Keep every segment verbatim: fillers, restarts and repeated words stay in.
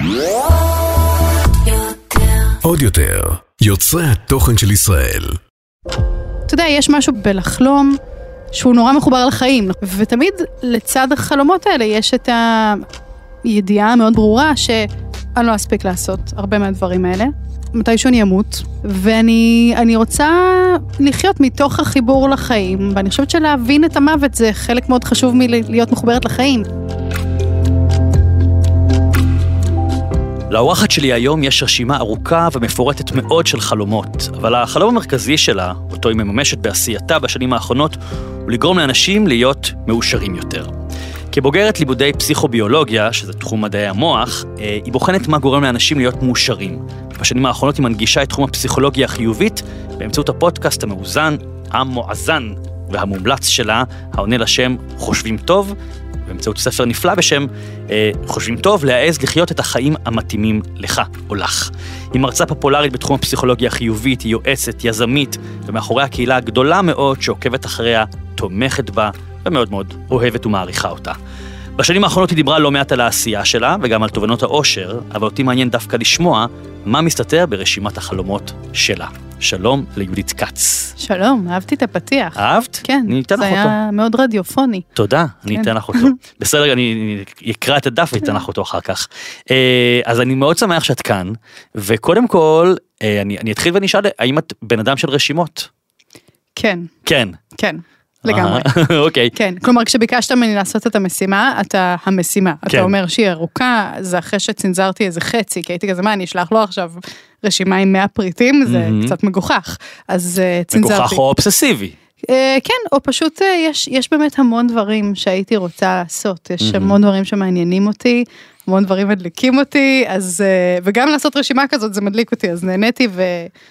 עוד יותר, יוצרי התוכן של ישראל. אתה יודע, יש משהו בלחלום שהוא נורא מחובר לחיים, ותמיד לצד החלומות האלה יש את הידיעה המאוד ברורה שאני לא אספיק לעשות הרבה מהדברים האלה. מתישהו אני אמות, ואני אני רוצה לחיות מתוך החיבור לחיים, ואני חושבת שלהבין את המוות זה חלק מאוד חשוב מלהיות מחוברת לחיים. לאורחת שלי היום יש רשימה ארוכה ומפורטת מאוד של חלומות, אבל החלום המרכזי שלה, אותו היא מממשת בעשייתה בשנים האחרונות, הוא לגרום לאנשים להיות מאושרים יותר. כבוגרת לימודי פסיכוביולוגיה, שזה תחום מדעי המוח, היא בוחנת מה גורם לאנשים להיות מאושרים. בשנים האחרונות היא מנגישה את תחום הפסיכולוגיה החיובית באמצעות הפודקאסט המאוזן, המואזן והמומלץ שלה, העונה לשם חושבים טוב, באמצעות ספר נפלא בשם אה, חושבים טוב, להעז לחיות את החיים המתאימים לך או לך. היא מרצה פופולרית בתחום הפסיכולוגיה החיובית, היא יועצת, יזמית, ומאחורי הקהילה הגדולה מאוד שעוקבת אחריה, תומכת בה, ומאוד מאוד אוהבת ומעריכה אותה. בשנים האחרונות היא דיברה לא מעט על העשייה שלה, וגם על תובנות האושר, אבל אותי מעניין דווקא לשמוע מה מסתתר ברשימת החלומות שלה. שלום ליהודית קץ. שלום, אהבתי את הפתיח. אהבת? כן, אני אתן לך אותו. זה היה מאוד רדיופוני. תודה, אני אתן לך אותו. בסדר, אני אקרא את הדף ואתן לך אותו אחר כך. אז אני מאוד שמח שאת כאן, וקודם כל, אני אתחיל ונשאל, האם את בן אדם של רשימות? כן. כן. כן. לגמרי. אוקיי. כן, כלומר, כשביקשת ממני לעשות את המשימה, אתה המשימה. אתה אומר שהיא ארוכה, זה אחרי שצנזרתי איזה חצי, כי הייתי כזה, מה, אני אשלח לו עכשיו רשימה עם מאה פריטים, זה קצת מגוחך. אז צנזרתי. מגוחך או אובססיבי. כן, או פשוט יש, יש באמת המון דברים שהייתי רוצה לעשות, יש המון דברים שמעניינים אותי, המון דברים מדליקים אותי, אז, וגם לעשות רשימה כזאת זה מדליק אותי, אז נהניתי ו...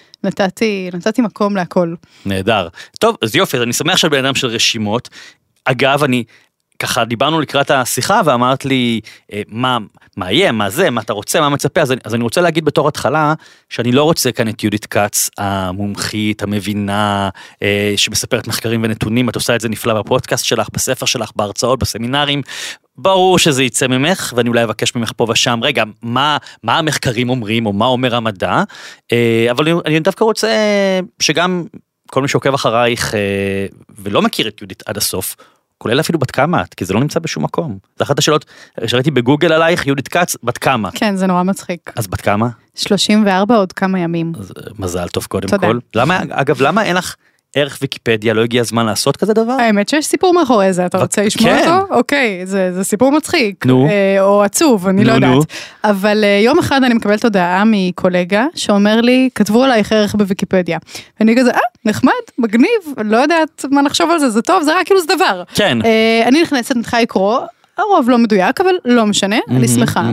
נתתי, נתתי מקום להכל. נהדר. טוב, אז יופי, אני שמח של בן אדם של רשימות. אגב, אני, ככה דיברנו לקראת השיחה, ואמרת לי, מה, מה יהיה, מה זה, מה אתה רוצה, מה מצפה, אז, אז אני רוצה להגיד בתור התחלה, שאני לא רוצה כאן את יהודית קץ, המומחית, המבינה, שמספרת מחקרים ונתונים, את עושה את זה נפלא בפודקאסט שלך, בספר שלך, בהרצאות, בסמינרים, ברור שזה יצא ממך, ואני אולי אבקש ממך פה ושם, רגע, מה, מה המחקרים אומרים, או מה אומר המדע, אבל אני דווקא רוצה שגם כל מי שעוקב אחרייך, ולא מכיר את יהודית עד הסוף, כולל אפילו בת כמה את, כי זה לא נמצא בשום מקום. זה אחת השאלות, שראיתי בגוגל עלייך, יהודית קץ, בת כמה. כן, זה נורא מצחיק. אז בת כמה? שלושים וארבע עוד כמה ימים. אז מזל טוב קודם כל. למה, אגב, למה אין לך ערך ויקיפדיה, לא הגיע הזמן לעשות כזה דבר? האמת שיש סיפור מאחורי זה, אתה רוצה לשמוע אותו? אוקיי, זה סיפור מצחיק, או עצוב, אני לא יודעת. אבל יום אחד אני מקבלת הודעה מקולגה, שאומר לי, כתבו עלייך ערך בוויקיפדיה. ואני כזה, אה, נחמד, מגניב, לא יודעת מה לחשוב על זה, זה טוב, זה רק כאילו זה דבר. כן. אני נכנסת, נתחילה לקרוא, הרוב לא מדויק, אבל לא משנה, אני שמחה.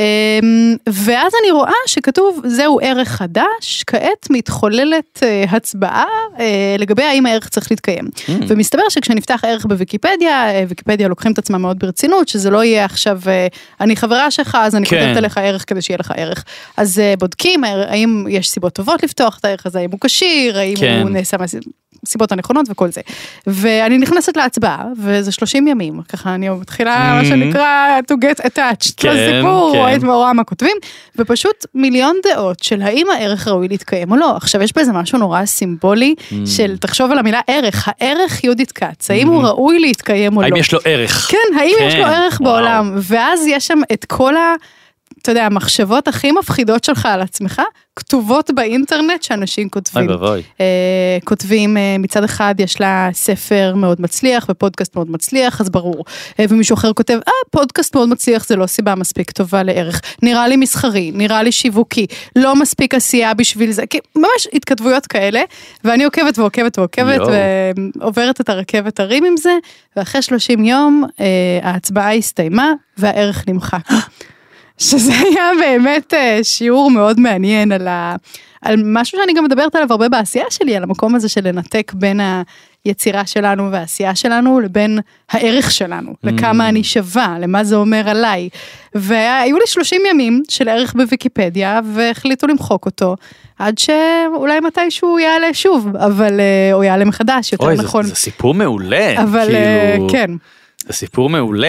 ואז אני רואה שכתוב, זהו ערך חדש, כעת מתחוללת הצבעה לגבי האם הערך צריך להתקיים. ומסתבר שכשנפתח ערך בוויקיפדיה, ויקיפדיה לוקחים את עצמם מאוד ברצינות, שזה לא יהיה עכשיו, אני חברה שלך, אז אני כותבת עליך ערך כדי שיהיה לך ערך. אז בודקים, האם יש סיבות טובות לפתוח את הערך הזה, האם הוא קשיר, האם הוא נעשה סיבות הנכונות וכל זה. ואני נכנסת להצבעה, וזה שלושים ימים, ככה אני מתחילה מה שנקרא to get attached לסיפור, רואה רואה מה כותבים, ופשוט מיליון דעות של האם הערך ראוי להתקיים או לא. עכשיו יש בזה משהו נורא סימבולי, של תחשוב על המילה ערך, הערך יהודית קץ, האם הוא ראוי להתקיים או לא. האם יש לו ערך. כן, האם יש לו ערך בעולם, ואז יש שם את כל ה... אתה יודע, המחשבות הכי מפחידות שלך על עצמך, כתובות באינטרנט שאנשים כותבים. אוי בבוי. כותבים, מצד אחד יש לה ספר מאוד מצליח, ופודקאסט מאוד מצליח, אז ברור. ומישהו אחר כותב, אה, פודקאסט מאוד מצליח, זה לא סיבה מספיק טובה לערך. נראה לי מסחרי, נראה לי שיווקי, לא מספיק עשייה בשביל זה, כי ממש התכתבויות כאלה, ואני עוקבת ועוקבת ועוקבת, ועוברת את הרכבת הרים עם זה, ואחרי שלושים יום, ההצבעה הסתיימה, והערך נמחק. שזה היה באמת שיעור מאוד מעניין על, ה... על משהו שאני גם מדברת עליו הרבה בעשייה שלי, על המקום הזה של לנתק בין היצירה שלנו והעשייה שלנו, לבין הערך שלנו, mm. לכמה אני שווה, למה זה אומר עליי. והיו לי שלושים ימים של ערך בוויקיפדיה, והחליטו למחוק אותו, עד שאולי מתישהו יעלה שוב, אבל, או יעלה מחדש, יותר אוי, נכון. זה, זה סיפור מעולה. אבל כאילו... כן. זה סיפור מעולה.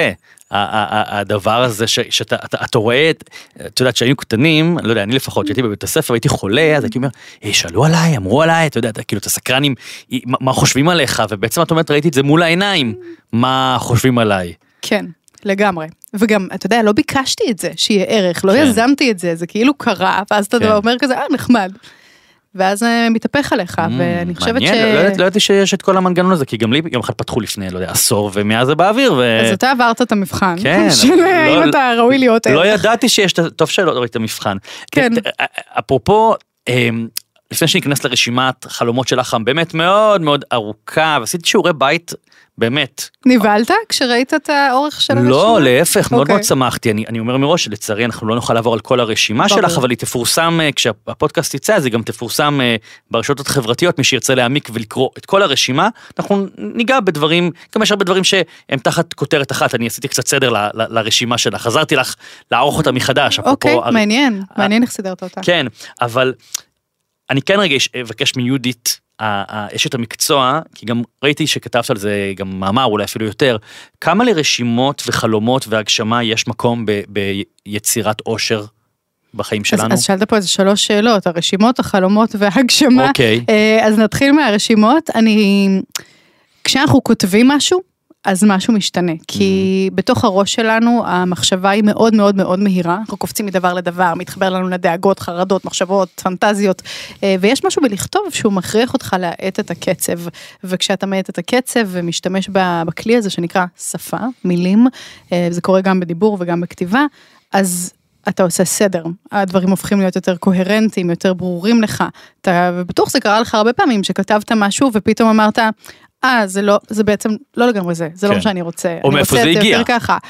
הדבר הזה שאתה רואה, אתה יודעת, שהיינו קטנים, לא יודע, אני לפחות, שהייתי בבית הספר, הייתי חולה, אז הייתי אומר, שאלו עליי, אמרו עליי, אתה יודע, כאילו, אתה סקרנים, מה חושבים עליך, ובעצם את אומרת, ראיתי את זה מול העיניים, מה חושבים עליי. כן, לגמרי. וגם, אתה יודע, לא ביקשתי את זה, שיהיה ערך, לא יזמתי את זה, זה כאילו קרה, ואז אתה אומר כזה, אה, נחמד. ואז מתהפך עליך, ואני חושבת ש... מעניין, לא ידעתי שיש את כל המנגנון הזה, כי גם לי יום אחד פתחו לפני, לא יודע, עשור, ומאז זה באוויר, ו... אז אתה עברת את המבחן. כן. אם אתה ראוי להיות ערך. לא ידעתי שיש, טוב שלא ראית את המבחן. כן. אפרופו, לפני שניכנס לרשימת חלומות שלך, באמת מאוד מאוד ארוכה, ועשיתי שיעורי בית, באמת. נבלת כשראית את האורך של הרשימה? לא, להפך, מאוד מאוד שמחתי. אני, אני אומר מראש, לצערי אנחנו לא נוכל לעבור על כל הרשימה שלך, אבל היא תפורסם, כשהפודקאסט יצא, אז היא גם תפורסם ברשתות החברתיות, מי שירצה להעמיק ולקרוא את כל הרשימה, אנחנו ניגע בדברים, גם יש הרבה דברים שהם תחת כותרת אחת, אני עשיתי קצת סדר ל, ל, לרשימה שלה, חזרתי לך לערוך אותה מחדש. אוקיי, מעניין, מעניין איך סידרת אותה. כן, אבל אני כן רגע אבקש מיהודית, אשת המקצוע, כי גם ראיתי שכתבת על זה גם מאמר, אולי אפילו יותר, כמה לרשימות וחלומות והגשמה יש מקום ב, ביצירת עושר בחיים שלנו? אז, אז שאלת פה איזה שלוש שאלות, הרשימות, החלומות והגשמה. אוקיי. אז נתחיל מהרשימות. אני, כשאנחנו כותבים משהו, אז משהו משתנה, כי בתוך הראש שלנו המחשבה היא מאוד מאוד מאוד מהירה, אנחנו קופצים מדבר לדבר, מתחבר לנו לדאגות, חרדות, מחשבות, פנטזיות, ויש משהו בלכתוב שהוא מכריח אותך להאט את הקצב, וכשאתה מאט את הקצב ומשתמש בכלי הזה שנקרא שפה, מילים, זה קורה גם בדיבור וגם בכתיבה, אז אתה עושה סדר, הדברים הופכים להיות יותר קוהרנטיים, יותר ברורים לך, אתה, ובטוח זה קרה לך הרבה פעמים שכתבת משהו ופתאום אמרת, אה, זה לא, זה בעצם לא לגמרי זה, זה לא מה שאני רוצה. או מאיפה זה הגיע.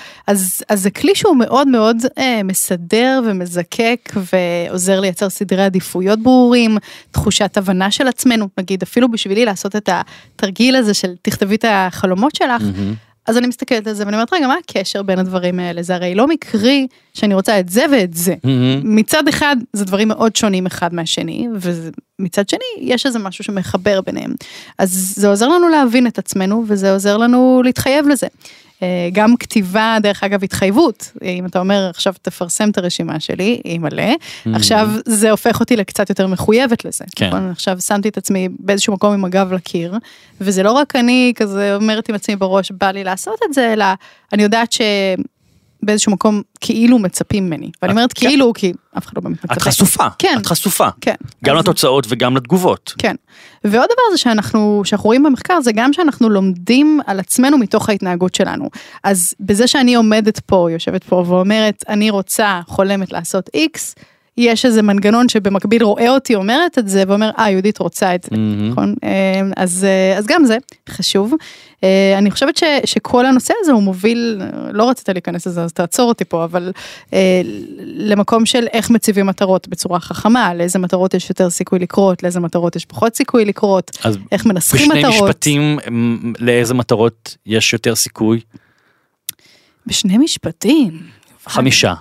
אז, אז זה כלי שהוא מאוד מאוד אה, מסדר ומזקק, ועוזר לייצר סדרי עדיפויות ברורים, תחושת הבנה של עצמנו, נגיד, אפילו בשבילי לעשות את התרגיל הזה של תכתבי את החלומות שלך, אז אני מסתכלת על זה, ואני אומרת, רגע, מה הקשר בין הדברים האלה? זה הרי לא מקרי שאני רוצה את זה ואת זה. מצד אחד, זה דברים מאוד שונים אחד מהשני, ומצד שני, יש איזה משהו שמחבר ביניהם. אז זה עוזר לנו להבין את עצמנו, וזה עוזר לנו להתחייב לזה. גם כתיבה, דרך אגב, התחייבות. אם אתה אומר, עכשיו תפרסם את הרשימה שלי, היא מלא, עכשיו זה הופך אותי לקצת יותר מחויבת לזה. עכשיו שמתי את עצמי באיזשהו מקום עם הגב לקיר, וזה לא רק אני כזה אומרת עם עצמי בראש, בא לי לעשות את זה, אלא אני יודעת ש... באיזשהו מקום כאילו מצפים ממני. ואני אומרת כאילו, כי אף אחד לא באמת מצפה. את חשופה. כן. את חשופה. כן. גם לתוצאות וגם לתגובות. כן. ועוד דבר זה שאנחנו, שאנחנו רואים במחקר, זה גם שאנחנו לומדים על עצמנו מתוך ההתנהגות שלנו. אז בזה שאני עומדת פה, יושבת פה ואומרת, אני רוצה, חולמת לעשות איקס, יש איזה מנגנון שבמקביל רואה אותי, אומרת את זה, ואומר, אה, יהודית רוצה את זה, נכון? אז, אז גם זה חשוב. אני חושבת ש, שכל הנושא הזה הוא מוביל, לא רצית להיכנס לזה, אז תעצור אותי פה, אבל למקום של איך מציבים מטרות בצורה חכמה, לאיזה מטרות יש יותר סיכוי לקרות, לאיזה מטרות יש פחות סיכוי לקרות, איך מנסחים מטרות. בשני משפטים, לאיזה מטרות יש יותר סיכוי? בשני משפטים. חמישה.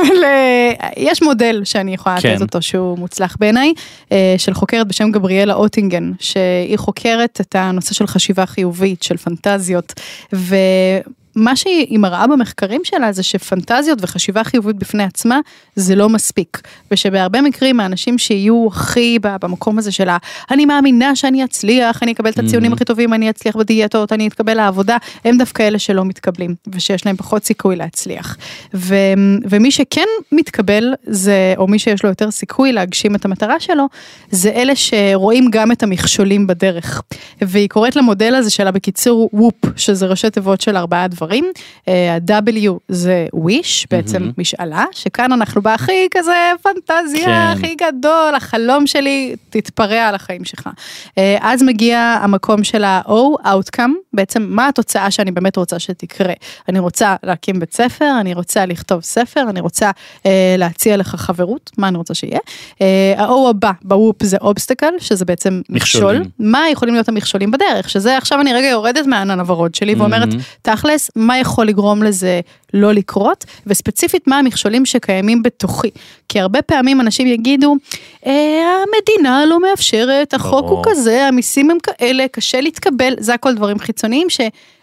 יש מודל שאני יכולה לתת אותו שהוא מוצלח בעיניי, של חוקרת בשם גבריאלה אוטינגן, שהיא חוקרת את הנושא של חשיבה חיובית, של פנטזיות, ו... מה שהיא מראה במחקרים שלה זה שפנטזיות וחשיבה חיובית בפני עצמה זה לא מספיק, ושבהרבה מקרים האנשים שיהיו הכי במקום הזה שלה, אני מאמינה שאני אצליח, אני אקבל את הציונים הכי טובים, אני אצליח בדיאטות, אני אתקבל לעבודה, הם דווקא אלה שלא מתקבלים, ושיש להם פחות סיכוי להצליח. ו, ומי שכן מתקבל, זה, או מי שיש לו יותר סיכוי להגשים את המטרה שלו, זה אלה שרואים גם את המכשולים בדרך. והיא קוראת למודל הזה שלה בקיצור וופ, שזה ראשי תיבות של ארבעה דברים, ה-W זה wish, בעצם משאלה, שכאן אנחנו בהכי כזה פנטזיה, הכי גדול, החלום שלי תתפרע על החיים שלך. אז מגיע המקום של ה-O, outcome, בעצם מה התוצאה שאני באמת רוצה שתקרה. אני רוצה להקים בית ספר, אני רוצה לכתוב ספר, אני רוצה להציע לך חברות, מה אני רוצה שיהיה. ה-O הבא, בוופ זה obstacle, שזה בעצם מכשול. מה יכולים להיות המכשולים בדרך? שזה עכשיו אני רגע יורדת מהענן הוורוד שלי, ואומרת, תכלס, מה יכול לגרום לזה לא לקרות, וספציפית מה המכשולים שקיימים בתוכי. כי הרבה פעמים אנשים יגידו, המדינה לא מאפשרת, החוק הוא כזה, המיסים הם כאלה, קשה להתקבל, זה הכל דברים חיצוניים ש...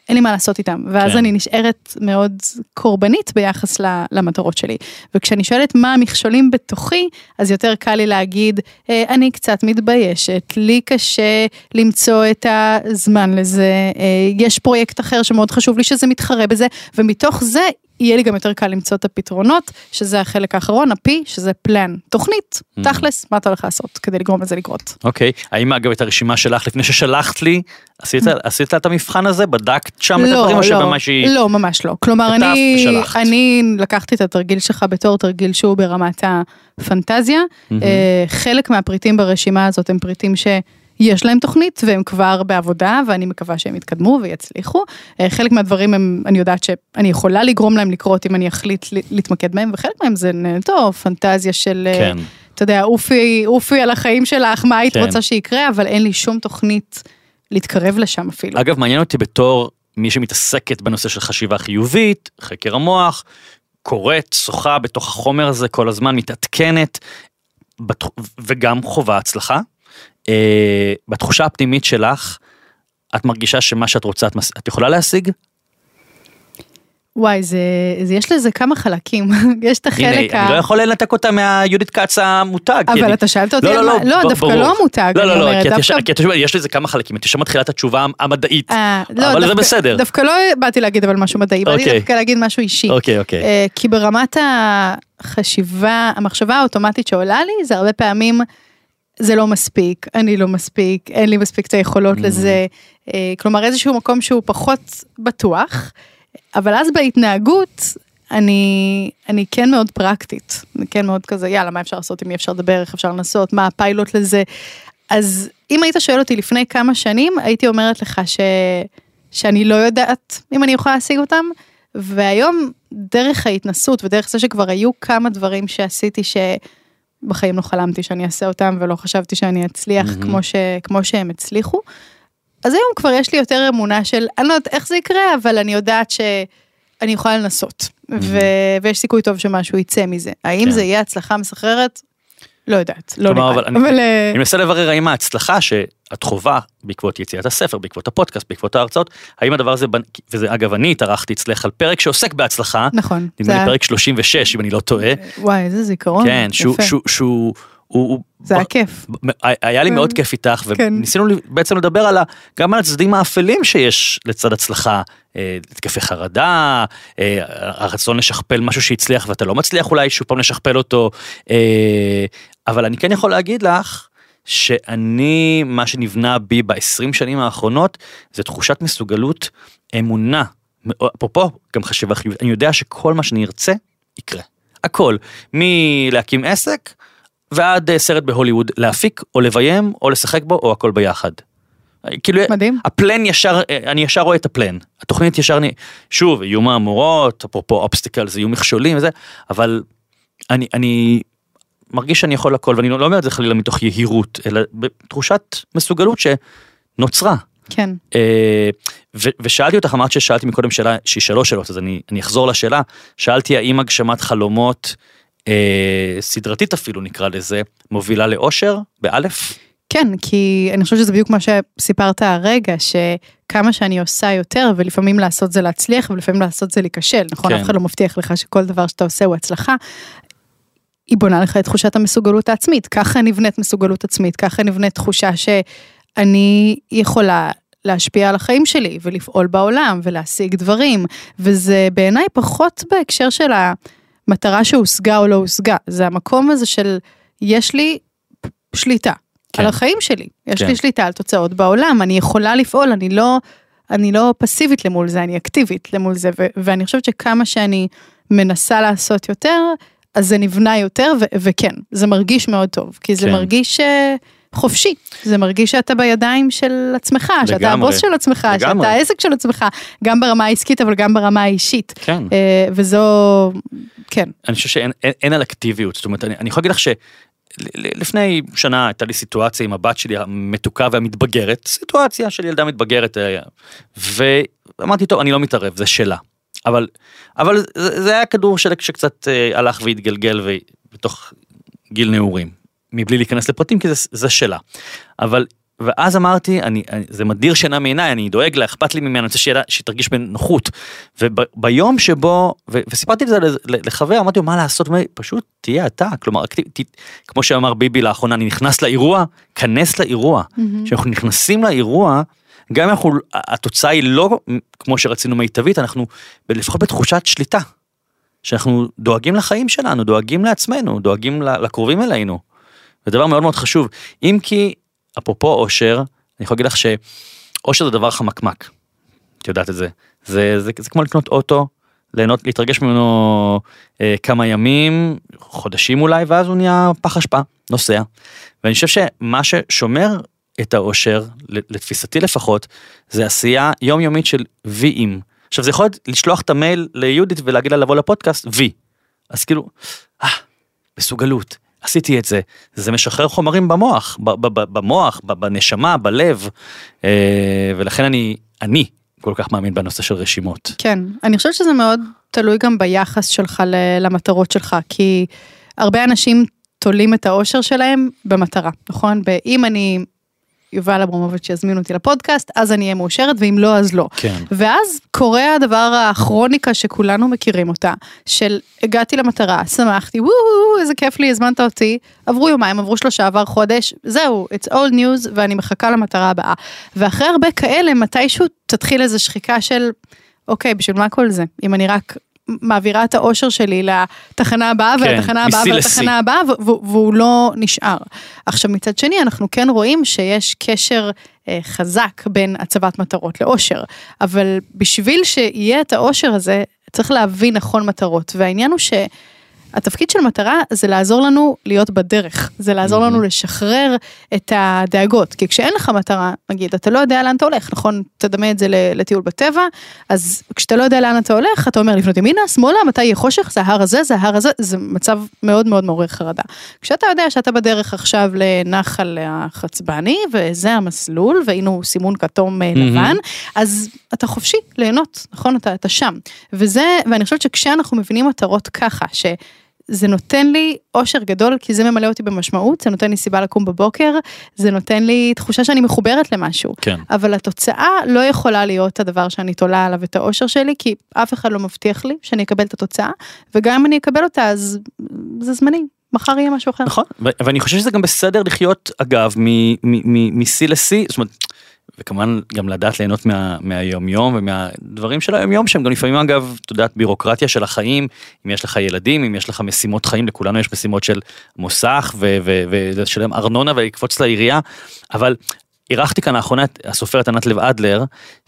אין לי מה לעשות איתם, ואז כן. אני נשארת מאוד קורבנית ביחס למטרות שלי, וכשאני שואלת מה המכשולים בתוכי, אז יותר קל לי להגיד, אני קצת מתביישת, לי קשה למצוא את הזמן לזה, יש פרויקט אחר שמאוד חשוב לי שזה מתחרה בזה, ומתוך זה יהיה לי גם יותר קל למצוא את הפתרונות, שזה החלק האחרון, הפי, שזה פלן, תוכנית, תכלס, מה אתה הולך לעשות, כדי לגרום לזה לקרות. אוקיי, האם אגב את הרשימה שלך, לפני ששלחת לי, עשית את המבחן הזה, בדקת שם את הדברים, או שבמש היא... לא, ממש לא, כלומר, אני לקחתי את התרגיל שלך בתור תרגיל שהוא ברמת הפנטזיה, חלק מהפריטים ברשימה הזאת הם פריטים ש... יש להם תוכנית והם כבר בעבודה, ואני מקווה שהם יתקדמו ויצליחו. חלק מהדברים הם, אני יודעת שאני יכולה לגרום להם לקרות אם אני אחליט להתמקד מהם, וחלק מהם זה נטו פנטזיה של, כן. אתה יודע, אופי, אופי על החיים שלך, מה היית כן. רוצה שיקרה, אבל אין לי שום תוכנית להתקרב לשם אפילו. אגב, מעניין אותי בתור מי שמתעסקת בנושא של חשיבה חיובית, חקר המוח, קוראת, שוחה בתוך החומר הזה כל הזמן, מתעדכנת, וגם חובה הצלחה. Uh, בתחושה הפנימית שלך, את מרגישה שמה שאת רוצה, את, את יכולה להשיג? וואי, זה, זה, יש לזה כמה חלקים, יש את החלק הנה, ה... אני לא יכול לנתק אותה מהיהודית כץ המותג. אבל אני... אתה שאלת אותי, לא, לא, לא, לא, לא דווקא לא המותג. לא, לא, לא, כי, דווקא... יש, כי את, יש לזה כמה חלקים, את שמעת תחילת התשובה המדעית, 아, לא, אבל דווקא, זה בסדר. דווקא לא באתי להגיד אבל משהו מדעי, okay. באתי דווקא להגיד משהו אישי. אוקיי, אוקיי. Uh, כי ברמת החשיבה, המחשבה האוטומטית שעולה לי, זה הרבה פעמים... זה לא מספיק, אני לא מספיק, אין לי מספיק את היכולות לזה, כלומר איזשהו מקום שהוא פחות בטוח, אבל אז בהתנהגות, אני, אני כן מאוד פרקטית, אני כן מאוד כזה, יאללה, מה אפשר לעשות, אם אי אפשר לדבר, איך אפשר לנסות, מה הפיילוט לזה, אז אם היית שואל אותי לפני כמה שנים, הייתי אומרת לך ש, שאני לא יודעת אם אני יכולה להשיג אותם, והיום דרך ההתנסות, ודרך זה שכבר היו כמה דברים שעשיתי ש... בחיים לא חלמתי שאני אעשה אותם, ולא חשבתי שאני אצליח mm-hmm. כמו, ש, כמו שהם הצליחו. אז היום כבר יש לי יותר אמונה של, אני לא יודעת איך זה יקרה, אבל אני יודעת שאני יכולה לנסות, mm-hmm. ו, ויש סיכוי טוב שמשהו יצא מזה. האם כן. זה יהיה הצלחה מסחררת? לא יודעת, לא כלומר, נראה. אבל אני, אבל... אני מנסה לברר האם ההצלחה שאת חובה בעקבות יציאת הספר, בעקבות הפודקאסט, בעקבות ההרצאות, האם הדבר הזה, וזה אגב אני התארחתי אצלך על פרק שעוסק בהצלחה, נכון. נדמה לי פרק שלושים ושש, אם אני לא טועה. וואי, איזה זיכרון. כן, שהוא, שהוא, שהוא, הוא, זה היה כיף. היה לי מאוד כיף איתך, וניסינו בעצם לדבר על, גם על הצדדים האפלים שיש לצד הצלחה, התקפי חרדה, הרצון לשכפל משהו שהצליח, ואתה לא מצליח אולי שוב פעם לשכפל אותו, אבל אני כן יכול להגיד לך, שאני, מה שנבנה בי ב-עשרים שנים האחרונות, זה תחושת מסוגלות, אמונה, אפרופו, גם חשיבה חיובית, אני יודע שכל מה שאני ארצה, יקרה. הכל, מלהקים עסק, ועד סרט בהוליווד, להפיק, או לביים, או לשחק בו, או הכל ביחד. כאילו, מדהים. הפלן ישר, אני ישר רואה את הפלן. התוכנית ישר, שוב, יהיו מהמורות, אפרופו אובסטיקלס, יהיו מכשולים וזה, אבל אני, אני מרגיש שאני יכול הכל, ואני לא אומר את זה חלילה מתוך יהירות, אלא בתחושת מסוגלות שנוצרה. כן. ו- ושאלתי אותך, אמרת ששאלתי מקודם שאלה, שהיא שלוש שאלות, אז אני, אני אחזור לשאלה, שאלתי האם הגשמת חלומות, אה, סדרתית אפילו נקרא לזה, מובילה לאושר, באלף? כן, כי אני חושבת שזה בדיוק מה שסיפרת הרגע, שכמה שאני עושה יותר, ולפעמים לעשות זה להצליח, ולפעמים לעשות זה להיכשל, נכון? כן. אף אחד לא מבטיח לך שכל דבר שאתה עושה הוא הצלחה, היא בונה לך את תחושת המסוגלות העצמית, ככה נבנית מסוגלות עצמית, ככה נבנית תחושה שאני יכולה להשפיע על החיים שלי, ולפעול בעולם, ולהשיג דברים, וזה בעיניי פחות בהקשר של המטרה שהושגה או לא הושגה, זה המקום הזה של, יש לי שליטה, כן. על החיים שלי, יש כן. לי שליטה על תוצאות בעולם, אני יכולה לפעול, אני לא, אני לא פסיבית למול זה, אני אקטיבית למול זה, ו- ואני חושבת שכמה שאני מנסה לעשות יותר, אז זה נבנה יותר, ו- וכן, זה מרגיש מאוד טוב, כי זה כן. מרגיש חופשי, זה מרגיש שאתה בידיים של עצמך, לגמרי. שאתה הבוס של עצמך, לגמרי. שאתה העסק של עצמך, גם ברמה העסקית, אבל גם ברמה האישית. כן. וזו, כן. אני חושב שאין אין, אין על אקטיביות, זאת אומרת, אני, אני יכול להגיד לך ש... לפני שנה הייתה לי סיטואציה עם הבת שלי המתוקה והמתבגרת, סיטואציה של ילדה מתבגרת, ואמרתי, טוב, אני לא מתערב, זה שלה. אבל, אבל זה היה כדור שלג שקצת הלך והתגלגל בתוך גיל נעורים, מבלי להיכנס לפרטים, כי זה, זה שלה. אבל ואז אמרתי, אני, זה מדיר שינה מעיניי, אני דואג לה, אכפת לי ממנה, אני רוצה שהיא תרגיש בנוחות. וביום שבו, ו, וסיפרתי את זה לחבר, אמרתי לו, מה לעשות? פשוט תהיה אתה, כלומר, כמו שאמר ביבי לאחרונה, אני נכנס לאירוע, כנס לאירוע. כשאנחנו נכנסים לאירוע, גם אנחנו, התוצאה היא לא כמו שרצינו מיטבית, אנחנו לפחות בתחושת שליטה, שאנחנו דואגים לחיים שלנו, דואגים לעצמנו, דואגים לקרובים אלינו. זה דבר מאוד מאוד חשוב. אם כי, אפרופו אושר, אני יכול להגיד לך שאושר זה דבר חמקמק. את יודעת את זה. זה, זה, זה כמו לקנות אוטו, ליהנות, להתרגש ממנו אה, כמה ימים, חודשים אולי, ואז הוא נהיה פח אשפה, נוסע. ואני חושב שמה ששומר את האושר, לתפיסתי לפחות, זה עשייה יומיומית של ויים. עכשיו זה יכול לשלוח את המייל ליהודית ולהגיד לה לבוא לפודקאסט, וי. אז כאילו, אה, בסוגלות. עשיתי את זה, זה משחרר חומרים במוח, במוח, בנשמה, בלב, ולכן אני, אני כל כך מאמין בנושא של רשימות. כן, אני חושבת שזה מאוד תלוי גם ביחס שלך למטרות שלך, כי הרבה אנשים תולים את האושר שלהם במטרה, נכון? אם אני יובל אברמוביץ' שיזמין אותי לפודקאסט, אז אני אהיה מאושרת, ואם לא, אז לא. כן. ואז קורה הדבר הכרוניקה שכולנו מכירים אותה, של הגעתי למטרה, שמחתי, וואו, איזה כיף לי, הזמנת אותי, עברו יומיים, עברו שלושה, עבר חודש, זהו, it's old news, ואני מחכה למטרה הבאה. ואחרי הרבה כאלה, מתישהו תתחיל איזו שחיקה של, אוקיי, בשביל מה כל זה? אם אני רק מעבירה את האושר שלי לתחנה הבאה, כן, ולתחנה הבאה, ולתחנה הבאה, והוא לא נשאר. עכשיו, מצד שני, אנחנו כן רואים שיש קשר אה, חזק בין הצבת מטרות לאושר, אבל בשביל שיהיה את האושר הזה, צריך להבין נכון מטרות, והעניין הוא שהתפקיד של מטרה זה לעזור לנו להיות בדרך, זה לעזור לנו לשחרר את הדאגות, כי כשאין לך מטרה, נגיד, אתה לא יודע לאן אתה הולך, נכון? תדמה את זה לטיול בטבע, אז כשאתה לא יודע לאן אתה הולך, אתה אומר לפנות ימינה, שמאלה, מתי יהיה חושך, זה ההר הזה, זה ההר הזה, זה מצב מאוד מאוד מעורר חרדה. כשאתה יודע שאתה בדרך עכשיו לנחל החצבני, וזה המסלול, והיינו סימון כתום לבן, אז אתה חופשי ליהנות, נכון? אתה, אתה שם. וזה, ואני חושבת שכשאנחנו מבינים מטרות ככה, ש זה נותן לי אושר גדול, כי זה ממלא אותי במשמעות, זה נותן לי סיבה לקום בבוקר, זה נותן לי תחושה שאני מחוברת למשהו. כן. אבל התוצאה לא יכולה להיות הדבר שאני תולה עליו את האושר שלי, כי אף אחד לא מבטיח לי שאני אקבל את התוצאה, וגם אם אני אקבל אותה, אז זה זמני. מחר יהיה משהו אחר. נכון, ואני חושב שזה גם בסדר לחיות, אגב, מסי לסי, זאת אומרת, וכמובן גם לדעת ליהנות מה, מהיום-יום ומהדברים של היום-יום, שהם גם לפעמים אגב, אתה יודעת, בירוקרטיה של החיים, אם יש לך ילדים, אם יש לך משימות חיים, לכולנו יש משימות של מוסך, ולשלם ארנונה ולקפוץ לעירייה, אבל אירחתי כאן האחרונה את הסופרת ענת לב אדלר,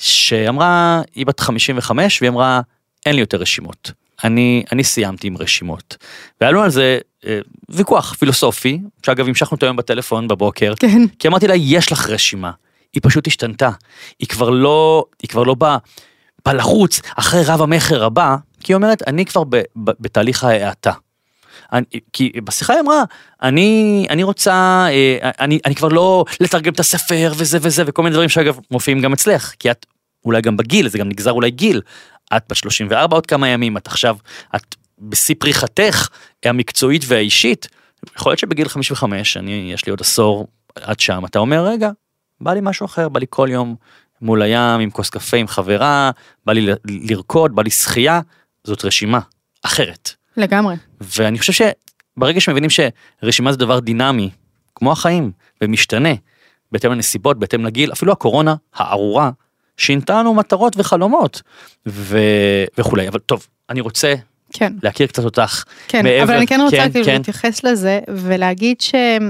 שאמרה, היא בת חמישים וחמש, והיא אמרה, אין לי יותר רשימות. אני, אני סיימתי עם רשימות. והיה לנו על זה אה, ויכוח פילוסופי, שאגב, המשכנו את היום בטלפון בבוקר, כן. כי אמרתי לה, יש לך רשימה. היא פשוט השתנתה, היא כבר לא, היא כבר לא באה, בא לחוץ, אחרי רב המחר הבא, כי היא אומרת, אני כבר ב, ב, בתהליך ההאטה. אני, כי בשיחה היא אמרה, אני, אני רוצה, אני, אני כבר לא לתרגם את הספר וזה וזה, וכל מיני דברים שאגב מופיעים גם אצלך, כי את אולי גם בגיל, זה גם נגזר אולי גיל, את בת שלושים וארבע עוד כמה ימים, את עכשיו, את בשיא פריחתך המקצועית והאישית, יכול להיות שבגיל חמישים וחמש, אני, יש לי עוד עשור עד שם, אתה אומר, רגע, בא לי משהו אחר, בא לי כל יום מול הים, עם כוס קפה, עם חברה, בא לי לרקוד, בא לי שחייה, זאת רשימה אחרת. לגמרי. ואני חושב שברגע שמבינים שרשימה זה דבר דינמי, כמו החיים, ומשתנה, בהתאם לנסיבות, בהתאם לגיל, אפילו הקורונה, הארורה, שינתה לנו מטרות וחלומות, ו... וכולי. אבל טוב, אני רוצה כן. להכיר קצת אותך. כן, מעבר... אבל אני כן רוצה כן, כאילו כן. להתייחס לזה, ולהגיד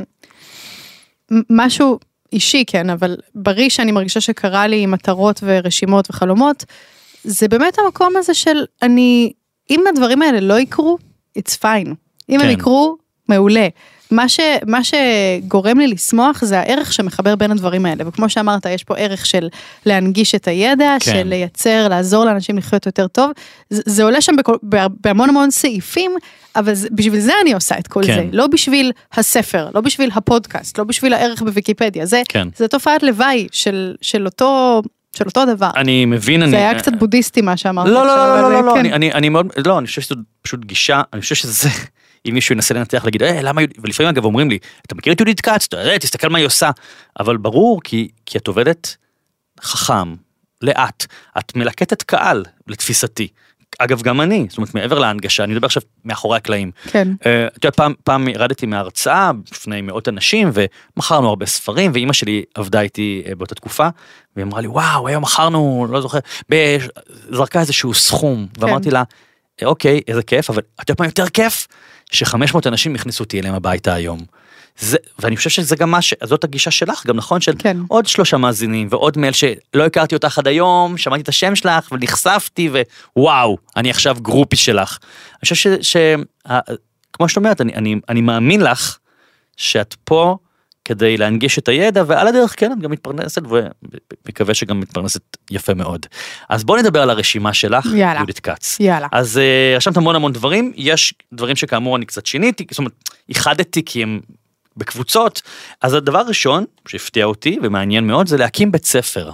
שמשהו... אישי, כן, אבל בריא שאני מרגישה שקרה לי מטרות ורשימות וחלומות, זה באמת המקום הזה של אני, אם הדברים האלה לא יקרו, it's fine. אם הם יקרו, מעולה. מה ש, מה שגורם לי לשמוח זה הערך שמחבר בין הדברים האלה, וכמו שאמרת, יש פה ערך של להנגיש את הידע, כן. של לייצר, לעזור לאנשים לחיות יותר טוב, זה, זה עולה שם בכל, בהמון המון סעיפים, אבל זה, בשביל זה אני עושה את כל כן. זה, לא בשביל הספר, לא בשביל הפודקאסט, לא בשביל הערך בוויקיפדיה, זה, כן. זה תופעת לוואי של, של אותו... של אותו דבר. אני מבין, זה אני... היה קצת בודהיסטי מה שאמרת. לא, לא, לא, לא, לא, לא, אני, אני, אני מאוד, לא, אני חושב שזו פשוט גישה, אני חושב שזה, אם מישהו ינסה לנתח, להגיד, אה, למה, ולפעמים אגב אומרים לי, אתה מכיר את יהודית קץ, תסתכל מה היא עושה, אבל ברור, כי, כי את עובדת חכם, לאט, את מלקטת קהל, לתפיסתי, אגב, גם אני, זאת אומרת, מעבר להנגשה, אני מדבר עכשיו מאחורי הקלעים. כן. Uh, אתה יודע, פעם, פעם ירדתי מההרצאה, בפני מאות אנשים, ומכרנו הרבה ספרים, ואימא שלי עבדה איתי uh, באותה תקופה, והיא אמרה לי, וואו, היום מכרנו, לא זוכר, זרקה איזשהו סכום, כן. ואמרתי לה, אוקיי, איזה כיף, אבל אתה יודע מה יותר כיף? ש-חמש מאות אנשים הכניסו אותי אליהם הביתה היום. זה, ואני חושב שזה גם מה ש... זאת הגישה שלך, גם נכון, של כן. עוד שלושה מאזינים, ועוד מייל שלא הכרתי אותך עד היום, שמעתי את השם שלך, ונחשפתי, ווואו, אני עכשיו גרופי שלך. אני חושב ש... ש... כמו שאת אומרת, אני, אני, אני מאמין לך, שאת פה כדי להנגיש את הידע, ועל הדרך כן, את גם מתפרנסת, ומקווה שגם מתפרנסת יפה מאוד. אז בואו נדבר על הרשימה שלך, יאללה. יהודית קץ. יאללה. אז רשמת המון המון דברים, יש דברים שכאמור אני קצת שיניתי, זאת אומרת, איחדתי כי הם בקבוצות, אז הדבר הראשון שהפתיע אותי ומעניין מאוד זה להקים בית ספר.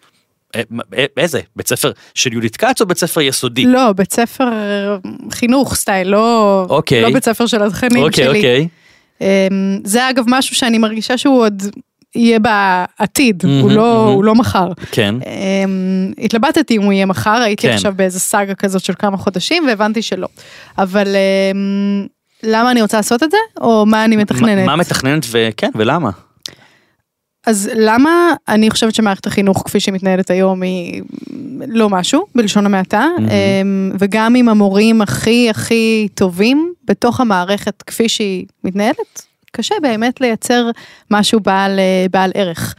איזה? בית ספר של יהודית קץ או בית ספר יסודי? לא, בית ספר חינוך סטייל, לא, אוקיי. לא בית ספר של התכנים אוקיי, שלי. אוקיי. זה אגב משהו שאני מרגישה שהוא עוד יהיה בעתיד, mm-hmm, הוא, לא, mm-hmm. הוא לא מחר. כן. התלבטתי אם הוא יהיה מחר, הייתי כן. עכשיו באיזה סאגה כזאת של כמה חודשים והבנתי שלא. אבל למה אני רוצה לעשות את זה? או מה אני מתכננת? מה מתכננת וכן, ולמה? אז למה אני חושבת שמערכת החינוך כפי שהיא מתנהלת היום היא לא משהו, בלשון המעטה, mm-hmm. וגם עם המורים הכי הכי טובים בתוך המערכת כפי שהיא מתנהלת, קשה באמת לייצר משהו בעל, בעל ערך.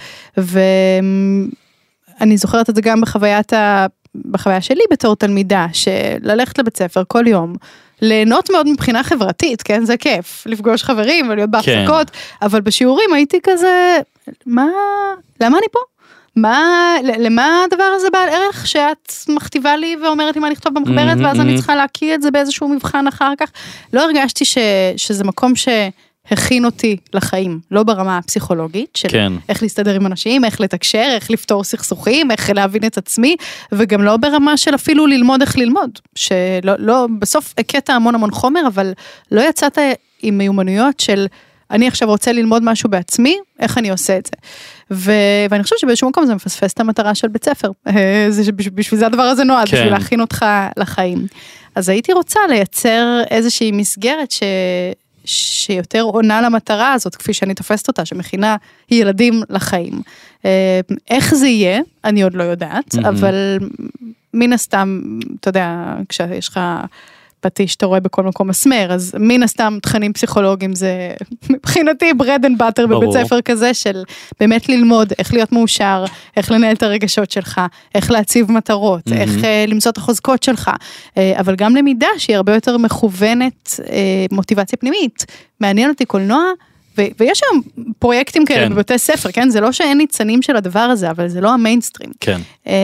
ואני זוכרת את זה גם בחוויית ה... בחוויה שלי בתור תלמידה, שללכת לבית ספר כל יום, ליהנות מאוד מבחינה חברתית, כן, זה כיף, לפגוש חברים ולהיות בהפסקות, כן. אבל בשיעורים הייתי כזה, מה, למה אני פה? מה, למה הדבר הזה בעל ערך שאת מכתיבה לי ואומרת לי מה לכתוב במחברת, mm-hmm, ואז mm-hmm. אני צריכה להכיר את זה באיזשהו מבחן אחר כך? לא הרגשתי ש, שזה מקום ש... הכין אותי לחיים, לא ברמה הפסיכולוגית, של כן. איך להסתדר עם אנשים, איך לתקשר, איך לפתור סכסוכים, איך להבין את עצמי, וגם לא ברמה של אפילו ללמוד איך ללמוד, שלא, לא, בסוף הקטע המון המון חומר, אבל לא יצאת עם מיומנויות של, אני עכשיו רוצה ללמוד משהו בעצמי, איך אני עושה את זה. ו... ואני חושבת שבאיזשהו מקום זה מפספס את המטרה של בית ספר, זה, בשביל זה הדבר הזה נועד, כן. בשביל להכין אותך לחיים. אז הייתי רוצה לייצר איזושהי מסגרת ש... שיותר עונה למטרה הזאת, כפי שאני תופסת אותה, שמכינה ילדים לחיים. איך זה יהיה, אני עוד לא יודעת, mm-hmm. אבל מן הסתם, אתה יודע, כשיש לך פטיש שאתה רואה בכל מקום מסמר, אז מן הסתם תכנים פסיכולוגיים זה מבחינתי bread and butter בבית ספר כזה, של באמת ללמוד איך להיות מאושר, איך לנהל את הרגשות שלך, איך להציב מטרות, mm-hmm. איך uh, למצוא את החוזקות שלך, uh, אבל גם למידה שהיא הרבה יותר מכוונת uh, מוטיבציה פנימית. מעניין אותי קולנוע, ו- ויש היום פרויקטים כאלה כן. בבתי ספר, כן? זה לא שאין ניצנים של הדבר הזה, אבל זה לא המיינסטרים. כן.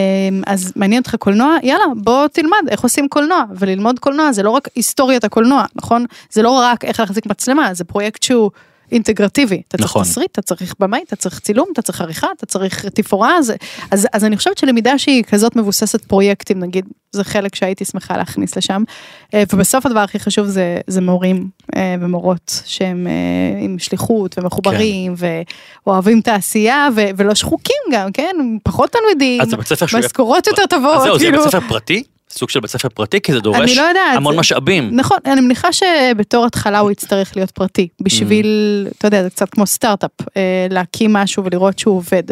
אז מעניין אותך קולנוע, יאללה, בוא תלמד איך עושים קולנוע, וללמוד קולנוע זה לא רק היסטוריית הקולנוע, נכון? זה לא רק איך להחזיק מצלמה, זה פרויקט שהוא אינטגרטיבי. אתה צריך נכון. תסריט, אתה צריך במאי, אתה צריך צילום, אתה צריך עריכה, אתה צריך תפאורה, אז, אז, אז אני חושבת שלמידה שהיא כזאת מבוססת פרויקטים, נגיד, זה חלק שהייתי שמחה להכניס לשם, ובסוף הדבר הכי חשוב זה, זה מורים ומורות, שהם עם שליחות ומחוברים, כן. ואוהבים את העשייה, ו, ולא שחוקים גם, כן? פחות תלמידים, משכורות יותר טובות. אז זהו, זה בית ספר פרטי? סוג של בית ספר פרטי, כי זה דורש לא המון משאבים. נכון, אני מניחה שבתור התחלה הוא יצטרך להיות פרטי, בשביל, mm. אתה יודע, זה קצת כמו סטארט-אפ, להקים משהו ולראות שהוא עובד.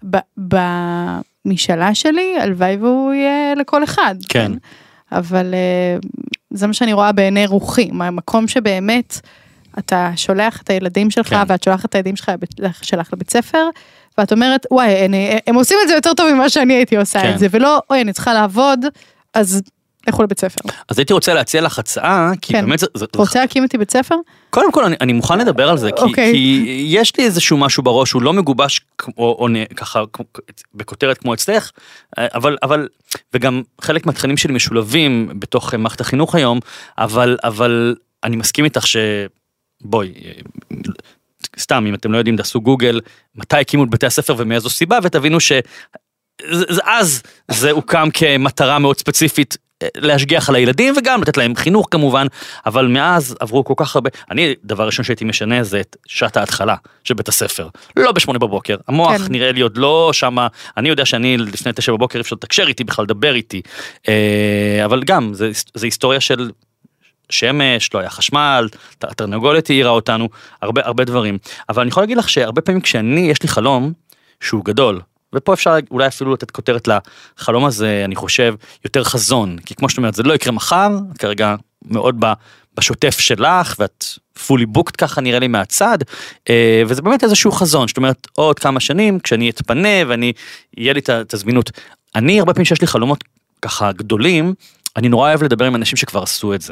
במשאלה שלי, הלוואי והוא יהיה לכל אחד. כן. אבל זה מה שאני רואה בעיני רוחי, המקום שבאמת אתה שולח את הילדים שלך, כן. ואת שולחת את הילדים שלך, שלך לבית ספר, ואת אומרת, וואי, אני, הם עושים את זה יותר טוב ממה שאני הייתי עושה כן. את זה, ולא, אוי, אני צריכה לעבוד, אז לכו לבית ספר. אז הייתי רוצה להציע לך הצעה, כי כן. באמת זה... רוצה להקים איתי בית ספר? קודם כל, אני, אני מוכן לדבר על זה, כי, okay. כי יש לי איזשהו משהו בראש, הוא לא מגובש, או, או ככה, בכותרת כמו אצלך, אבל, אבל, וגם חלק מהתכנים שלי משולבים בתוך מערכת החינוך היום, אבל, אבל אני מסכים איתך ש... בואי, סתם, אם אתם לא יודעים, תעשו גוגל, מתי הקימו את בתי הספר ומאיזו סיבה, ותבינו ש... אז זה הוקם כמטרה מאוד ספציפית להשגיח על הילדים, וגם לתת להם חינוך כמובן, אבל מאז עברו כל כך הרבה, אני, דבר ראשון שהייתי משנה זה את שעת ההתחלה של בית הספר, לא בשמונה בבוקר, המוח כן. נראה לי עוד לא שמה, אני יודע שאני לפני תשע בבוקר אפשר לתקשר איתי, בכלל לדבר איתי, אבל גם, זה, זה היסטוריה של שמש, לא היה חשמל, התרנגולת העירה אותנו, הרבה, הרבה דברים, אבל אני יכול להגיד לך שהרבה פעמים כשאני, יש לי חלום שהוא גדול, ופה אפשר אולי אפילו לתת כותרת לחלום הזה, אני חושב, יותר חזון, כי כמו שאת אומרת, זה לא יקרה מחר, כרגע מאוד בשוטף שלך, ואת fully booked ככה נראה לי מהצד, וזה באמת איזשהו חזון, זאת אומרת, עוד כמה שנים, כשאני אתפנה, ואני, יהיה לי את הזמינות, אני הרבה פעמים שיש לי חלומות ככה גדולים, אני נורא אוהב לדבר עם אנשים שכבר עשו את זה.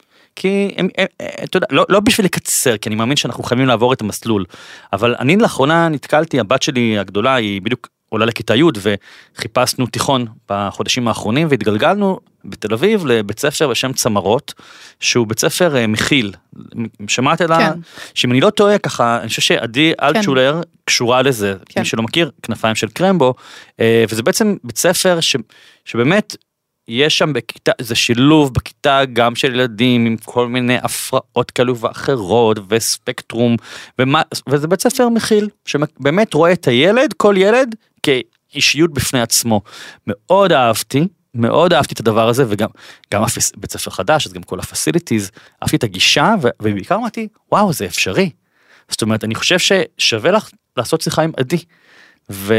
כי הם, הם, אתה יודע, לא, לא בשביל לקצר, כי אני מאמין שאנחנו חייבים לעבור את המסלול, אבל אני לאחרונה נתקלתי, הבת שלי הגדולה היא בדיוק עולה לכיתה י' וחיפשנו תיכון בחודשים האחרונים, והתגלגלנו בתל אביב לבית ספר בשם צמרות, שהוא בית ספר מכיל, שמעת אלא, כן. שאם אני לא טועה ככה, אני חושב שעדי אלטשולר כן. קשורה לזה, כן. מי שלא מכיר, כנפיים של קרמבו, וזה בעצם בית ספר ש, שבאמת, יש שם בכיתה, זה שילוב בכיתה גם של ילדים עם כל מיני הפרעות כאלו ואחרות וספקטרום, ומה, וזה בית ספר מכיל, שבאמת רואה את הילד, כל ילד, כאישיות בפני עצמו. מאוד אהבתי, מאוד אהבתי את הדבר הזה, וגם גם הפס, בית ספר חדש, אז גם כל הפסיליטיז, אהבתי את הגישה, ו, ובעיקר אמרתי, וואו, זה אפשרי. זאת אומרת, אני חושב ששווה לך לעשות שיחה עם עדי, ו,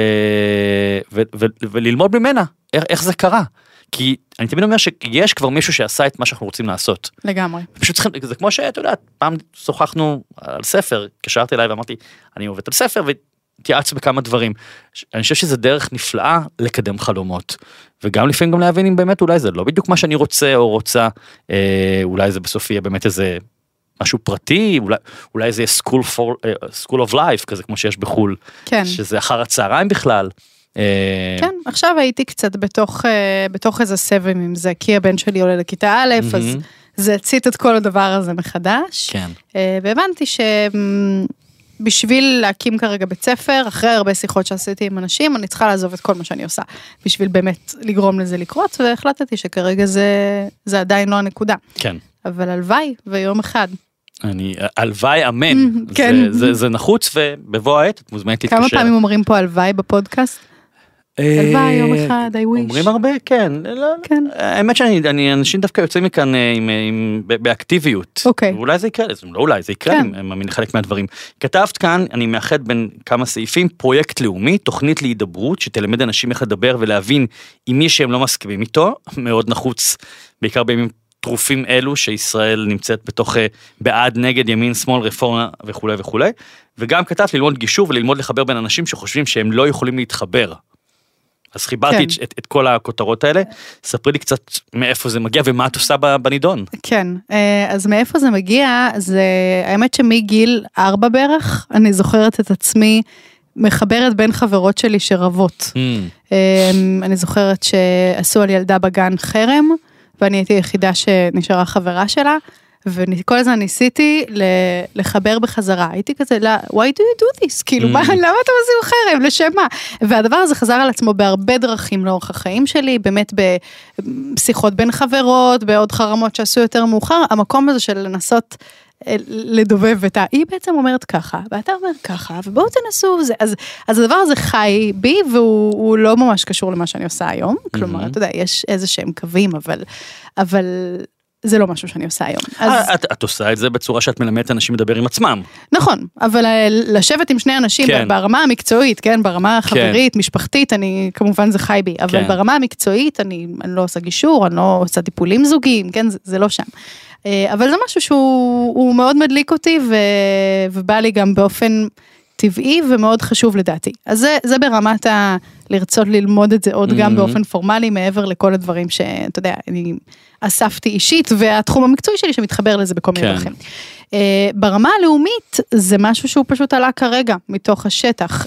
ו, ו, ו, וללמוד ממנה, איך, איך זה קרה. כי אני תמיד אומר שיש כבר מישהו שעשה את מה שאנחנו רוצים לעשות. לגמרי. פשוט צריכים, זה כמו שאת יודעת, פעם שוחחנו על ספר, קשרתי אליי ואמרתי, אני עובד על ספר והתייעץ בכמה דברים. אני חושב שזה דרך נפלאה לקדם חלומות, וגם לפעמים גם להבין אם באמת אולי זה לא בדיוק מה שאני רוצה או רוצה, אולי זה בסוף יהיה באמת איזה משהו פרטי, אולי, אולי זה יהיה school, for, school of life, כזה כמו שיש בחול, כן. שזה אחר הצהריים בכלל. כן, עכשיו הייתי קצת בתוך, בתוך איזה סבב עם זה, כי הבן שלי עולה לכיתה א', אז זה הצית את כל הדבר הזה מחדש, כן. והבנתי שבשביל להקים כרגע בית ספר, אחרי הרבה שיחות שעשיתי עם אנשים, אני צריכה לעזוב את כל מה שאני עושה, בשביל באמת לגרום לזה לקרות, והחלטתי שכרגע זה, זה עדיין לא הנקודה. כן. אבל הלוואי, ויום אחד. אני, הלוואי אמן, כן. זה, זה, זה נחוץ, ובבוא העת, את מוזמנת להתקשר. כמה פעמים אומרים פה הלוואי בפודקאסט? הלוואי, יום אחד, I wish. אומרים הרבה, כן. כן. האמת שאני, אנשים דווקא יוצאים מכאן באקטיביות. אוקיי. ואולי זה יקרה, לא אולי, זה יקרה, אני חלק מהדברים. כתבת כאן, אני מאחד בין כמה סעיפים, פרויקט לאומי, תוכנית להידברות, שתלמד אנשים איך לדבר ולהבין עם מי שהם לא מסכימים איתו, מאוד נחוץ, בעיקר בימים טרופים אלו, שישראל נמצאת בתוך בעד, נגד, ימין, שמאל, רפורמה וכו' וכו'. וגם כתבת ללמוד גישור וללמוד לחבר בין אנשים שחושבים שהם לא יכולים להתחבר. אז חיברתי כן. את, את כל הכותרות האלה, ספרי לי קצת מאיפה זה מגיע ומה את עושה בנידון. כן, אז מאיפה זה מגיע, זה האמת שמגיל ארבע בערך, אני זוכרת את עצמי מחברת בין חברות שלי שרבות. Mm. אני זוכרת שעשו על ילדה בגן חרם, ואני הייתי היחידה שנשארה חברה שלה, וכל הזמן ניסיתי לחבר בחזרה, הייתי כזה, why do you do this? כאילו, למה אתם עושים חרם? לשם מה? והדבר הזה חזר על עצמו בהרבה דרכים לאורך החיים שלי, באמת בשיחות בין חברות, בעוד חרמות שעשו יותר מאוחר, המקום הזה של לנסות לדובב את ה... היא בעצם אומרת ככה, ואתה אומר ככה, ובואו תנסו, זה, אז, אז הדבר הזה חי בי, והוא לא ממש קשור למה שאני עושה היום, כלומר, אתה יודע, יש איזה שהם קווים, אבל, אבל זה לא משהו שאני עושה היום. אז... את, את עושה את זה בצורה שאת מלמדת אנשים לדבר עם עצמם. נכון, אבל לשבת עם שני אנשים, כן. ברמה המקצועית, כן, ברמה החברית, כן. משפחתית, אני, כמובן זה חי בי, אבל כן. ברמה המקצועית, אני, אני לא עושה גישור, אני לא עושה טיפולים זוגיים, כן, זה, זה לא שם. אבל זה משהו שהוא מאוד מדליק אותי, ו, ובא לי גם באופן טבעי, ומאוד חשוב לדעתי. אז זה, זה ברמת ה... לרצות ללמוד את זה עוד גם באופן פורמלי, מעבר לכל הדברים שאתה יודע, אני אספתי אישית, והתחום המקצועי שלי שמתחבר לזה בכל מיני דרכים. ברמה הלאומית, זה משהו שהוא פשוט עלה כרגע, מתוך השטח.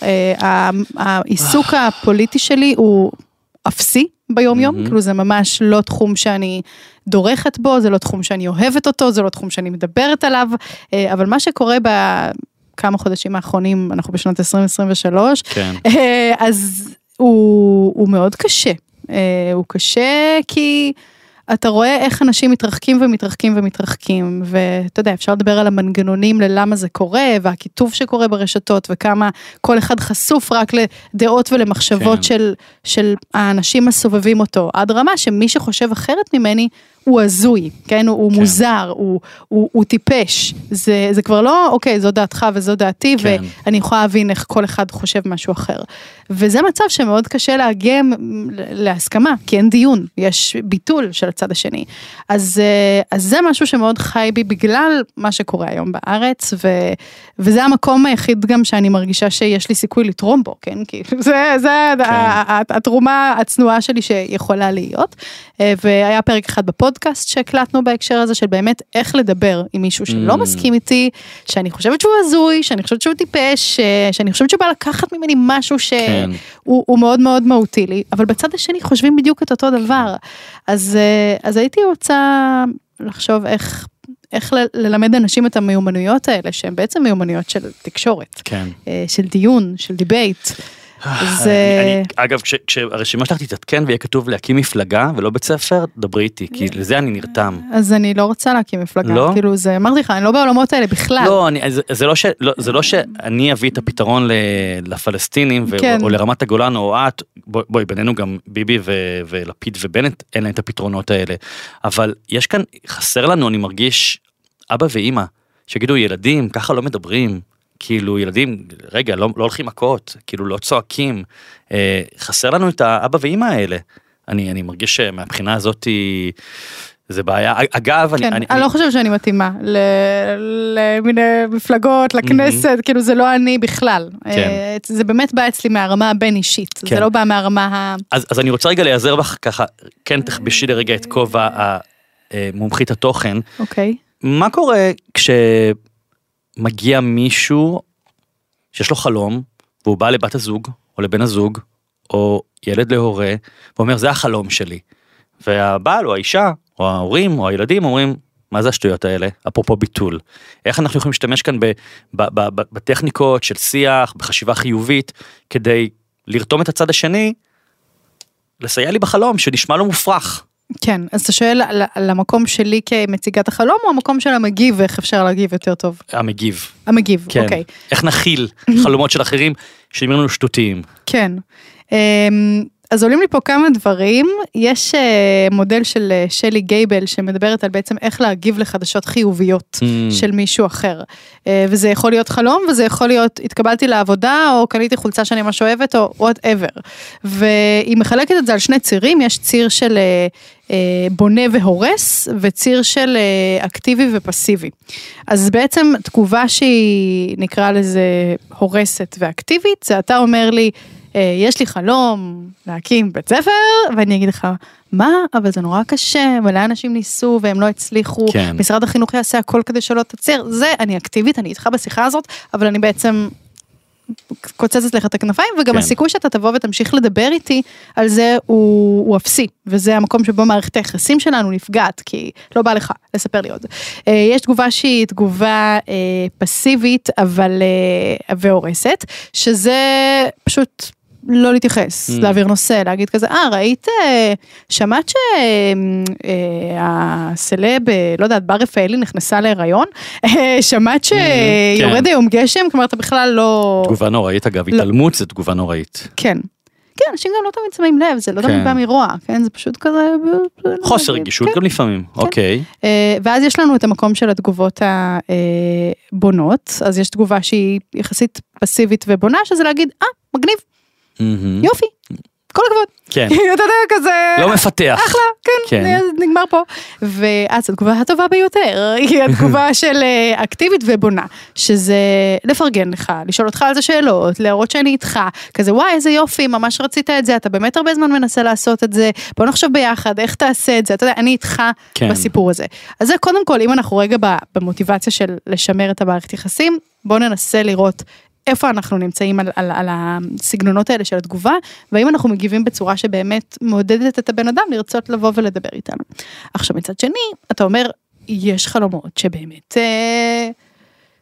העיסוק הפוליטי שלי הוא אפסי ביום יום, כאילו זה ממש לא תחום שאני דורכת בו, זה לא תחום שאני אוהבת אותו, זה לא תחום שאני מדברת עליו, אבל מה שקורה ב... כמה חודשים האחרונים, אנחנו בשנת עשרים עשרים ושלוש, כן. אז הוא, הוא מאוד קשה. הוא קשה כי אתה רואה איך אנשים מתרחקים ומתרחקים ומתרחקים, ואתה יודע, אפשר לדבר על המנגנונים ללמה זה קורה, והכיתוב שקורה ברשתות, וכמה כל אחד חשוף רק לדעות ולמחשבות כן. של, של האנשים הסובבים אותו, עד רמה שמי שחושב אחרת ממני, הוא הזוי, כן? הוא כן. מוזר, הוא, הוא, הוא טיפש. זה, זה כבר לא, אוקיי, זו דעתך וזו דעתי, כן. ואני יכולה להבין איך כל אחד חושב משהו אחר. וזה מצב שמאוד קשה להגיע להסכמה, כי אין דיון, יש ביטול של הצד השני. אז, אז זה משהו שמאוד חי בי בגלל מה שקורה היום בארץ, ו, וזה המקום היחיד גם שאני מרגישה שיש לי סיכוי לתרום בו, כן? כי זה, זה כן. התרומה הצנועה שלי שיכולה להיות. והיה פרק אחד בפודקאסט שהקלטנו בהקשר הזה של באמת איך לדבר עם מישהו שלא מסכים איתי, שאני חושבת שהוא הזוי, שאני חושבת שהוא טיפש, שאני חושבת שהוא בא לקחת ממני משהו שהוא מאוד מאוד מהותי לי, אבל בצד השני חושבים בדיוק את אותו דבר. אז, אז הייתי רוצה לחשוב איך, איך ללמד אנשים את המיומנויות האלה, שהן בעצם מיומנויות של תקשורת, כן. של דיון, של דיבייט. אגב, כשהרשימה שלך תתעדכן ויהיה כתוב להקים מפלגה ולא בית ספר, דברי איתי, כי לזה אני נרתם. אז אני לא רוצה להקים מפלגה, כאילו זה, אמרתי לך, אני לא בעולמות האלה בכלל. לא, זה לא שאני אביא את הפתרון לפלסטינים, או לרמת הגולן או את, בואי, בינינו גם ביבי ולפיד ובנט, אין להם את הפתרונות האלה, אבל יש כאן, חסר לנו, אני מרגיש, אבא ואמא, שיגידו ילדים, ככה לא מדברים, כאילו ילדים, רגע, לא, לא הולכים מכות, כאילו לא צועקים, אה, חסר לנו את האבא ואמא האלה. אני, אני מרגיש שמהבחינה הזאת זה בעיה. אגב, כן, אני... אני, אני לא חושבת שאני מתאימה למיני מפלגות, לכנסת, כאילו זה לא אני בכלל. כן. זה באמת בא אצלי מהרמה הבין אישית, כן. זה לא בא מהרמה ה... אז, אז אני רוצה רגע להיעזר בך ככה, כן תחבשי לרגע את כובע המומחית התוכן. אוקיי. מה קורה כש... מגיע מישהו שיש לו חלום, והוא בא לבת הזוג, או לבן הזוג, או ילד להורה, ואומר, זה החלום שלי. והבעל, או האישה, או ההורים, או הילדים, אומרים, מה זה השטויות האלה? אפרופו ביטול. איך אנחנו יכולים להשתמש כאן ב- ב- ב- ב- בטכניקות של שיח, בחשיבה חיובית, כדי לרתום את הצד השני, לסייע לי בחלום, שנשמע לו מופרך. כן, אז אתה שואל על, על המקום שלי כמציגת החלום, או המקום של המגיב, ואיך אפשר להגיב יותר טוב? המגיב. המגיב, כן. אוקיי. איך נכיל חלומות של אחרים, שנראים לנו שטותיים. כן. אז עולים לי פה כמה דברים, יש מודל של שלי גייבל, שמדברת על בעצם איך להגיב לחדשות חיוביות mm. של מישהו אחר. וזה יכול להיות חלום, וזה יכול להיות, התקבלתי לעבודה, או קניתי חולצה שאני ממש אוהבת, או whatever. והיא מחלקת את זה על שני צירים, יש ציר של בונה והורס, וציר של אקטיבי ופסיבי. אז בעצם תגובה שהיא נקרא לזה הורסת ואקטיבית, זה אתה אומר לי, יש לי חלום להקים בית ספר, ואני אגיד לך, מה? אבל זה נורא קשה, מלא אנשים ניסו והם לא הצליחו, כן. משרד החינוך יעשה הכל כדי שלא תציר, זה, אני אקטיבית, אני איתך בשיחה הזאת, אבל אני בעצם קוצצת לך את הכנפיים, וגם כן. הסיכוי שאתה תבוא ותמשיך לדבר איתי, על זה הוא, הוא אפסי, וזה המקום שבו מערכת היחסים שלנו נפגעת, כי לא בא לך לספר לי עוד. יש תגובה שהיא תגובה פסיבית, אבל והורסת, שזה פשוט לא להתייחס, mm. להעביר נושא, להגיד כזה, אה, ראית, שמעת שהסלב, לא יודעת, בר רפאלי נכנסה להיריון, שמעת שיורד היום גשם, כלומר, אתה בכלל לא... תגובה נוראית, אגב, התעלמות זה תגובה נוראית. כן. כן, אנשים גם לא תמיד שמים לב, זה לא תמיד בא מרוע, כן, זה פשוט כזה... חוסר רגישות גם לפעמים, אוקיי. ואז יש לנו את המקום של התגובות הבונות, אז יש תגובה שהיא יחסית פסיבית ובונה, שזה להגיד, אה, מגניב. יופי, כל הכבוד. כן. אתה יודע כזה... לא מפתח. אחלה, כן, נגמר פה. ואז התגובה הטובה ביותר, היא התגובה של אקטיבית ובונה, שזה לפרגן לך, לשאול אותך על זה שאלות, להראות שאני איתך, כזה וואי איזה יופי, ממש רצית את זה, אתה באמת הרבה זמן מנסה לעשות את זה, בוא נחשוב ביחד, איך תעשה את זה, אתה יודע, אני איתך בסיפור הזה. אז זה קודם כל, אם אנחנו רגע במוטיבציה של לשמר את המערכת יחסים, בוא ננסה לראות איפה אנחנו נמצאים על, על, על הסגנונות האלה של התגובה, והאם אנחנו מגיבים בצורה שבאמת מעודדת את הבן אדם לרצות לבוא ולדבר איתנו. עכשיו מצד שני, אתה אומר, יש חלומות שבאמת, אה,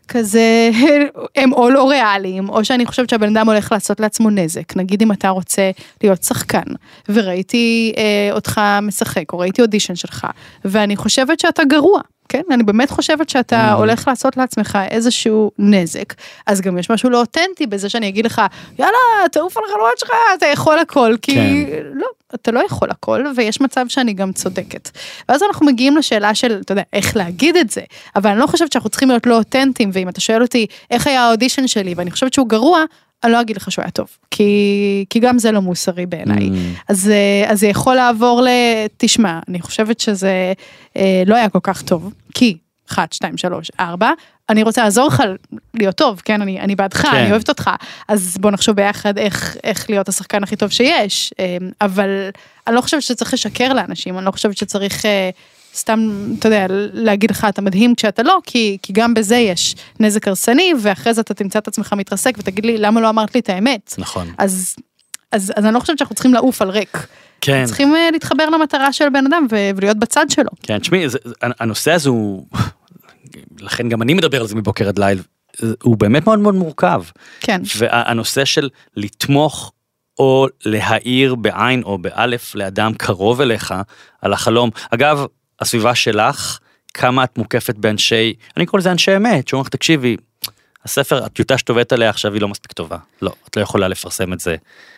כזה, הם או לא ריאליים, או שאני חושבת שהבן אדם הולך לעשות לעצמו נזק. נגיד אם אתה רוצה להיות שחקן, וראיתי אה, אותך משחק, או ראיתי אודישן שלך, ואני חושבת שאתה גרוע, כן? אני באמת חושבת שאתה הולך לעשות לעצמך איזשהו נזק, אז גם יש משהו לא אותנטי בזה שאני אגיד לך, יאללה, תעוף על החלומות שלך, אתה יכול הכל, כי כן. לא, אתה לא יכול הכל, ויש מצב שאני גם צודקת. ואז אנחנו מגיעים לשאלה של, אתה יודע, איך להגיד את זה, אבל אני לא חושבת שאנחנו צריכים להיות לא אותנטיים, ואם אתה שואל אותי, איך היה האודישן שלי, ואני חושבת שהוא גרוע, אני לא אגיד לך שהוא היה טוב, כי, כי גם זה לא מוסרי בעיניי. Mm. אז, אז זה יכול לעבור לתשמע, אני חושבת שזה אה, לא היה כל כך טוב, כי אחת, שתיים, שלוש, ארבע, אני רוצה לעזור לך להיות טוב, כן, אני, אני בעדך, כן. אני אוהבת אותך, אז בוא נחשוב ביחד איך, איך להיות השחקן הכי טוב שיש, אה, אבל אני לא חושבת שצריך לשקר לאנשים, אני לא חושבת שצריך... אה, סתם, אתה יודע, להגיד לך, אתה מדהים כשאתה לא, כי, כי גם בזה יש נזק הרסני, ואחרי זה אתה תמצא את עצמך מתרסק, ותגיד לי, למה לא אמרת לי את האמת? נכון. אז, אז, אז אני לא חושבת שאנחנו צריכים לעוף על ריק. כן. צריכים להתחבר למטרה של בן אדם, ולהיות בצד שלו. כן, תשמעי, הנושא הזה הוא, לכן גם אני מדבר על זה מבוקר עד ליל, הוא באמת מאוד מאוד מורכב. כן. והנושא של לתמוך, או להעיר בעין או באלף לאדם קרוב אליך, על החלום. אגב, הסביבה שלך, כמה את מוקפת באנשי, אני קורא לזה אנשי אמת, שאומרים לך, תקשיבי, הספר, הטיוטה שטובעת עליה עכשיו היא לא מספיק טובה. לא, את לא יכולה לפרסם את זה.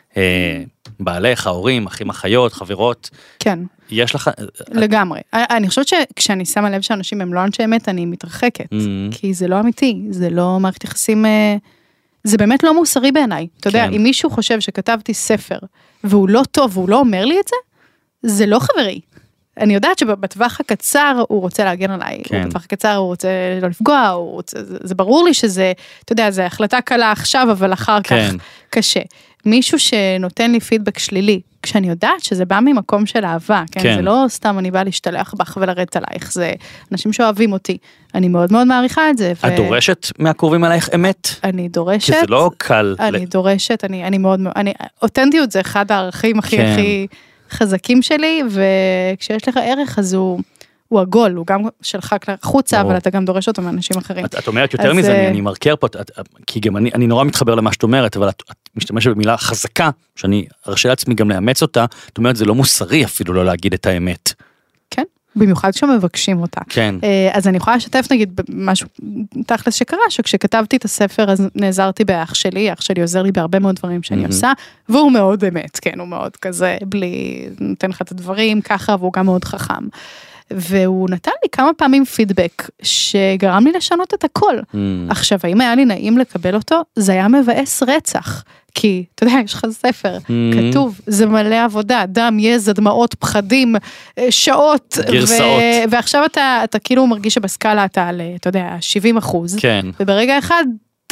בעליך, ההורים, אחים, אחיות, חברות. כן. יש לך... לגמרי. אני חושבת שכשאני שמה לב שאנשים הם לא אנשי אמת, אני מתרחקת. כי זה לא אמיתי, זה לא מערכת יחסים... זה באמת לא מוסרי בעיניי. אתה יודע, אם מישהו חושב שכתבתי ספר, והוא לא טוב, והוא לא אומר לי את זה, זה לא חברי. אני יודעת שבטווח הקצר הוא רוצה להגן עליי, כן. בטווח הקצר הוא רוצה לא לפגוע, הוא רוצה, זה, זה ברור לי שזה, אתה יודע, זה החלטה קלה עכשיו, אבל אחר כן. כך קשה. מישהו שנותן לי פידבק שלילי, כשאני יודעת שזה בא ממקום של אהבה, כן? כן. זה לא סתם אני באה להשתלח בך ולרדת עלייך, זה אנשים שאוהבים אותי. אני מאוד מאוד מעריכה את זה. את ו... דורשת מהקרובים עלייך אמת? אני דורשת. כי זה לא קל. אני ל... דורשת, אני, אני מאוד, אני, אותנטיות זה אחד הערכים הכי כן. הכי חזקים שלי, וכשיש לך ערך אז הוא... הוא עגול, הוא גם שלך חוצה, אבל אתה גם דורש אותו מאנשים אחרים. את, את אומרת יותר מזה, אני, אני מרקר פה, את, כי גם אני, אני נורא מתחבר למה שאת אומרת, אבל את, את משתמשת במילה חזקה, שאני ארשה לעצמי גם לאמץ אותה, את אומרת, זה לא מוסרי אפילו לא להגיד את האמת. כן, במיוחד כשמבקשים אותה. כן. אז אני יכולה לשתף נגיד משהו תכלס שקרה, שכשכתבתי את הספר, אז נעזרתי באח שלי, אח שלי עוזר לי בהרבה מאוד דברים שאני עושה, והוא מאוד אמת, כן, הוא מאוד כזה, בלי, נותן לך את הדברים ככה, והוא גם מאוד חכם. והוא נתן לי כמה פעמים פידבק, שגרם לי לשנות את הכל. Mm. עכשיו, האם היה לי נעים לקבל אותו? זה היה מבאס רצח. כי, אתה יודע, יש לך ספר, mm. כתוב, זה מלא עבודה, דם, יזע, דמעות, פחדים, שעות. גרסאות. ו- ועכשיו אתה, אתה כאילו מרגיש שבסקאלה אתה על, אתה יודע, שבעים אחוז. כן. וברגע אחד,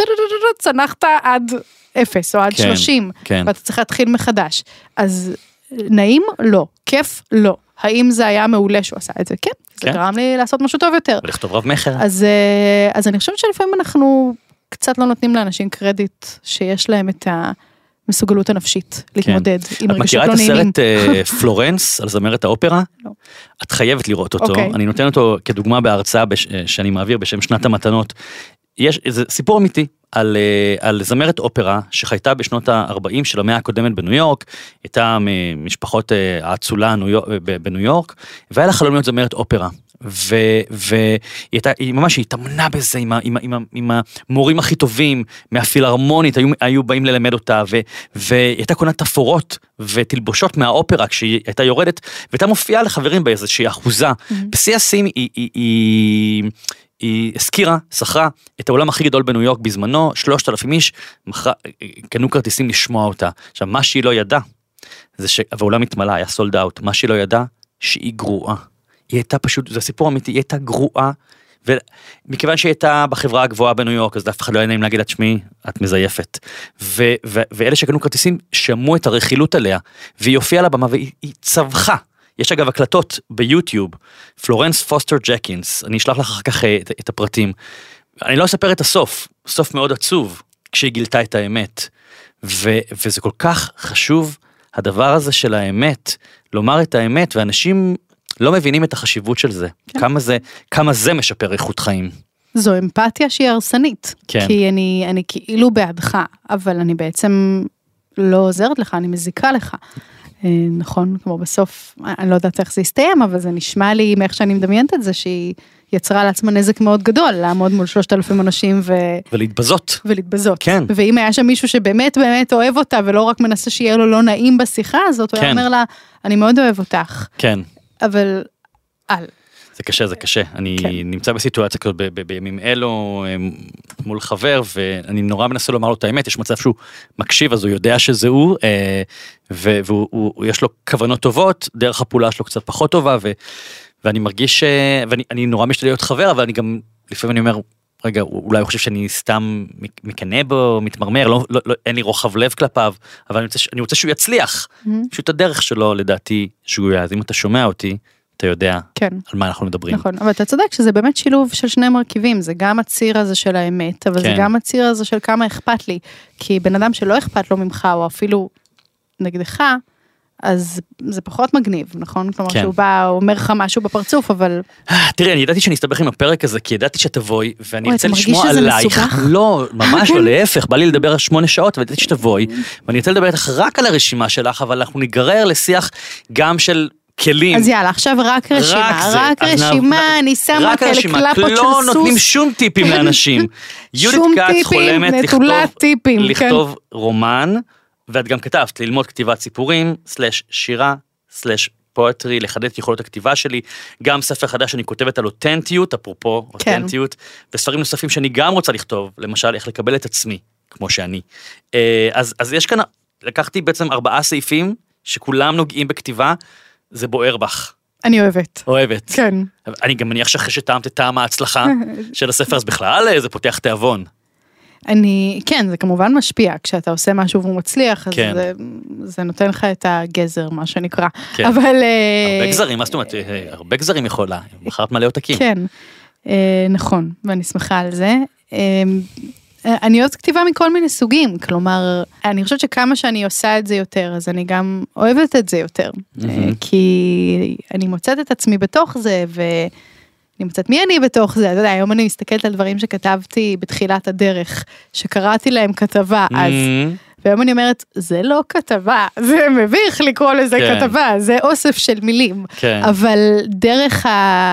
צנחת עד אפס, או עד כן, שלושים. כן. ואתה צריך להתחיל מחדש. אז נעים? לא. כיף? לא. האם זה היה מעולה שהוא עשה את זה? כן, זה כן. גרם לי לעשות משהו טוב יותר. ולכתוב רב מחר. אז, אז אני חושבת שלפעמים אנחנו קצת לא נותנים לאנשים קרדיט שיש להם את המסוגלות הנפשית להתמודד כן. עם רגשות לא נעימים. את מכירה את הסרט פלורנס על זמרת האופרה? לא. את חייבת לראות אותו. Okay. אני נותן אותו כדוגמה בהרצאה בש, שאני מעביר בשם שנת המתנות. יש איזה סיפור אמיתי על, על זמרת אופרה שחייתה בשנות ה-ארבעים של המאה הקודמת בניו יורק, הייתה ממשפחות האצולה בניו יורק, והיה לה חלום להיות זמרת אופרה, והיא ממש התאמנה בזה עם, עם, עם, עם המורים הכי טובים, מהפילהרמונית, היו, היו באים ללמד אותה, ו, והיא הייתה קונה תפורות ותלבושות מהאופרה כשהיא הייתה יורדת, והייתה מופיעה לחברים באיזושהי אחוזה, mm-hmm. בשיא השיאים היא... היא, היא היא הזכירה, שכרה את העולם הכי גדול בניו יורק בזמנו, שלושת אלפים איש, מחר, קנו כרטיסים לשמוע אותה. עכשיו, מה שהיא לא ידעה, זה שהעולם התמלא, היה סולד אאוט, מה שהיא לא ידעה, שהיא גרועה. היא הייתה פשוט, זה סיפור אמיתי, היא הייתה גרועה, ומכיוון שהיא הייתה בחברה הגבוהה בניו יורק, אז אף אחד לא היה נעים להגיד את שמי, את מזייפת. ו- ו- ואלה שקנו כרטיסים, שמעו את הרכילות עליה, והיא הופיעה על הבמה, והיא צווחה. יש אגב הקלטות ביוטיוב, פלורנס פוסטר ג'קינס, אני אשלח לך אחר כך את, את הפרטים, אני לא אספר את הסוף, סוף מאוד עצוב, כשהיא גילתה את האמת, ו, וזה כל כך חשוב, הדבר הזה של האמת, לומר את האמת, ואנשים לא מבינים את החשיבות של זה, כן. כמה זה, כמה זה משפר איכות חיים. זו אמפתיה שהיא הרסנית. כן. כי אני, אני כאילו בעדך, אבל אני בעצם לא עוזרת לך, אני מזיקה לך. נכון, כמו בסוף, אני לא יודעת איך זה יסתיים, אבל זה נשמע לי, מאיך שאני מדמיינת את זה, שהיא יצרה לעצמה נזק מאוד גדול, לעמוד מול שלושת אלפים אנשים ו... ולהתבזות. ולהתבזות. כן. ואם היה שם מישהו שבאמת באמת אוהב אותה, ולא רק מנסה שיהיה לו לא נעים בשיחה הזאת, הוא היה אומר לה, אני מאוד אוהב אותך. כן. אבל, אל. זה קשה, זה קשה. אני כן. נמצא בסיטואציה כזאת ב- ב- בימים אלו, מול חבר, ואני נורא מנסה לומר לו את האמת, יש מצב שהוא מקשיב, אז הוא יודע שזה הוא, ויש לו כוונות טובות, דרך הפעולה שלו קצת פחות טובה, ו- ואני מרגיש, ואני אני נורא משתדל להיות חבר, אבל אני גם, לפעמים אני אומר, רגע, אולי הוא חושב שאני סתם מקנא בו, מתמרמר, לא, לא, לא, אין לי רוחב לב כלפיו, אבל אני רוצה, אני רוצה שהוא יצליח, mm-hmm. פשוט הדרך שלו, לדעתי, שהוא יעז, אם אתה שומע אותי, אתה יודע כן. על מה אנחנו מדברים. נכון, אבל אתה צודק שזה באמת שילוב של שני מרכיבים, זה גם הציר הזה של האמת, אבל כן. זה גם הציר הזה של כמה אכפת לי, כי בן אדם שלא אכפת לו ממך, או אפילו נגדך, אז זה פחות מגניב, נכון? כלומר כן. שהוא בא, אומר לך משהו בפרצוף, אבל... תראי, אני ידעתי שאני אסתבך עם הפרק הזה, כי ידעתי שתבואי, ואני אוי, ארצה לשמוע עלייך. לא, ממש לא, להפך, בא לי לדבר שמונה שעות, וידעתי שתבואי, ואני ארצה לדבר איתך רק על הרשימה שלך, אבל אנחנו ניגרר לשיח גם של כלים. אז יאללה, עכשיו רק רשימה, רק רשימה, אני שמה כאלה קלפות של סוס. לא נותנים שום טיפים לאנשים. שום טיפים, נטולת טיפים. לכתוב רומן, ואת גם כתבת, ללמוד כתיבת סיפורים, סלש שירה, סלש פואטרי, לחדד את יכולות הכתיבה שלי, גם ספר חדש שאני כותבת על אותנטיות, אפרופו אותנטיות, וספרים נוספים שאני גם רוצה לכתוב, למשל, איך לקבל את עצמי, כמו שאני. אז, אז יש כאן, לקחתי בעצם ארבעה סעיפים, שכולם נוגעים בכתיבה, זה בוער בך. אני אוהבת. אוהבת. כן. אני גם מניח שאחרי שטעמת את טעם ההצלחה של הספר, אז בכלל זה פותח תיאבון. אני, כן, זה כמובן משפיע, כשאתה עושה משהו והוא מצליח, אז כן. זה, זה נותן לך את הגזר, מה שנקרא. כן. אבל... הרבה גזרים, מה זאת אומרת? הרבה גזרים יכולה, בחרת מלא עותקים. כן, נכון, ואני שמחה על זה. אני אוהבת כתיבה מכל מיני סוגים, כלומר, אני חושבת שכמה שאני עושה את זה יותר, אז אני גם אוהבת את זה יותר, כי אני מוצאת את עצמי בתוך זה, ואני מוצאת מי אני בתוך זה, אתה יודע, היום אני מסתכלת על דברים שכתבתי בתחילת הדרך, שקראתי להם כתבה אז, והיום אני אומרת, זה לא כתבה, זה מביך לקרוא לזה כתבה, זה אוסף של מילים, אבל דרך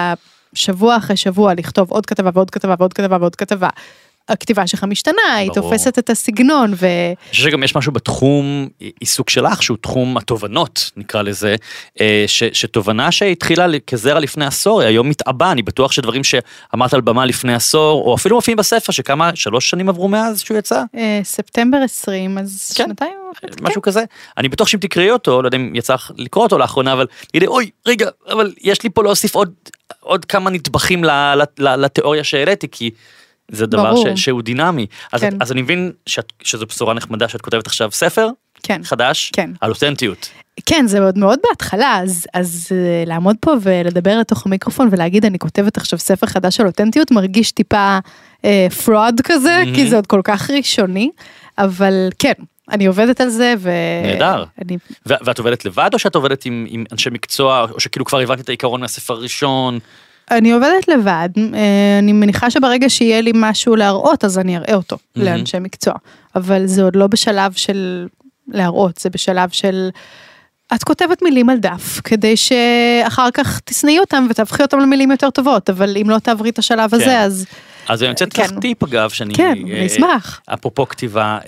השבוע אחרי שבוע, לכתוב עוד כתבה ועוד כתבה ועוד כתבה ועוד כתבה, הכתיבה שלך משתנה, היא תופסת את הסגנון, ו... אני חושב שגם יש משהו בתחום עיסוק שלך, שהוא תחום התובנות, נקרא לזה, ש, שתובנה שהתחילה כזרע לפני עשור, היום מתאבא, אני בטוח שדברים שאמרת על במה לפני עשור, או אפילו מופיעים בספר, שכמה, שלוש שנים עברו מאז שהוא יצא? ספטמבר עשרים, אז כן. שנתיים. משהו כזה. אני בטוח שאם תקראי אותו, לא יודע אם יצא לקרוא אותו לאחרונה, אבל ידע, אוי, רגע, אבל יש לי פה להוסיף עוד, עוד כמה נטבחים לתיאוריה שהעליתי, כי זה דבר ש, שהוא דינמי. אז, כן. אז אני מבין שאת, שזו בשורה נחמדה שאת כותבת עכשיו ספר כן. חדש כן. על אותנטיות. כן, זה מאוד מאוד בהתחלה, אז, אז לעמוד פה ולדבר לתוך המיקרופון ולהגיד אני כותבת עכשיו ספר חדש על אותנטיות, מרגיש טיפה אה, פרוד כזה, mm-hmm. כי זה עוד כל כך ראשוני, אבל כן, אני עובדת על זה ו... נהדר. אני... ו- ואת עובדת לבד או שאת עובדת עם, עם אנשי מקצוע, או שכאילו כבר הבנתי את העיקרון מהספר הראשון? אני עובדת לבד, אני מניחה שברגע שיהיה לי משהו להראות, אז אני אראה אותו mm-hmm. לאנשי מקצוע, אבל זה עוד לא בשלב של להראות, זה בשלב של, את כותבת מילים על דף, כדי שאחר כך תסנאי אותם ותהפכי אותם למילים יותר טובות, אבל אם לא תעברי את השלב הזה, כן. אז... אז אני יוצאת לך טיפ אגב, שאני... כן, אני אשמח. אפרופו כתיבה,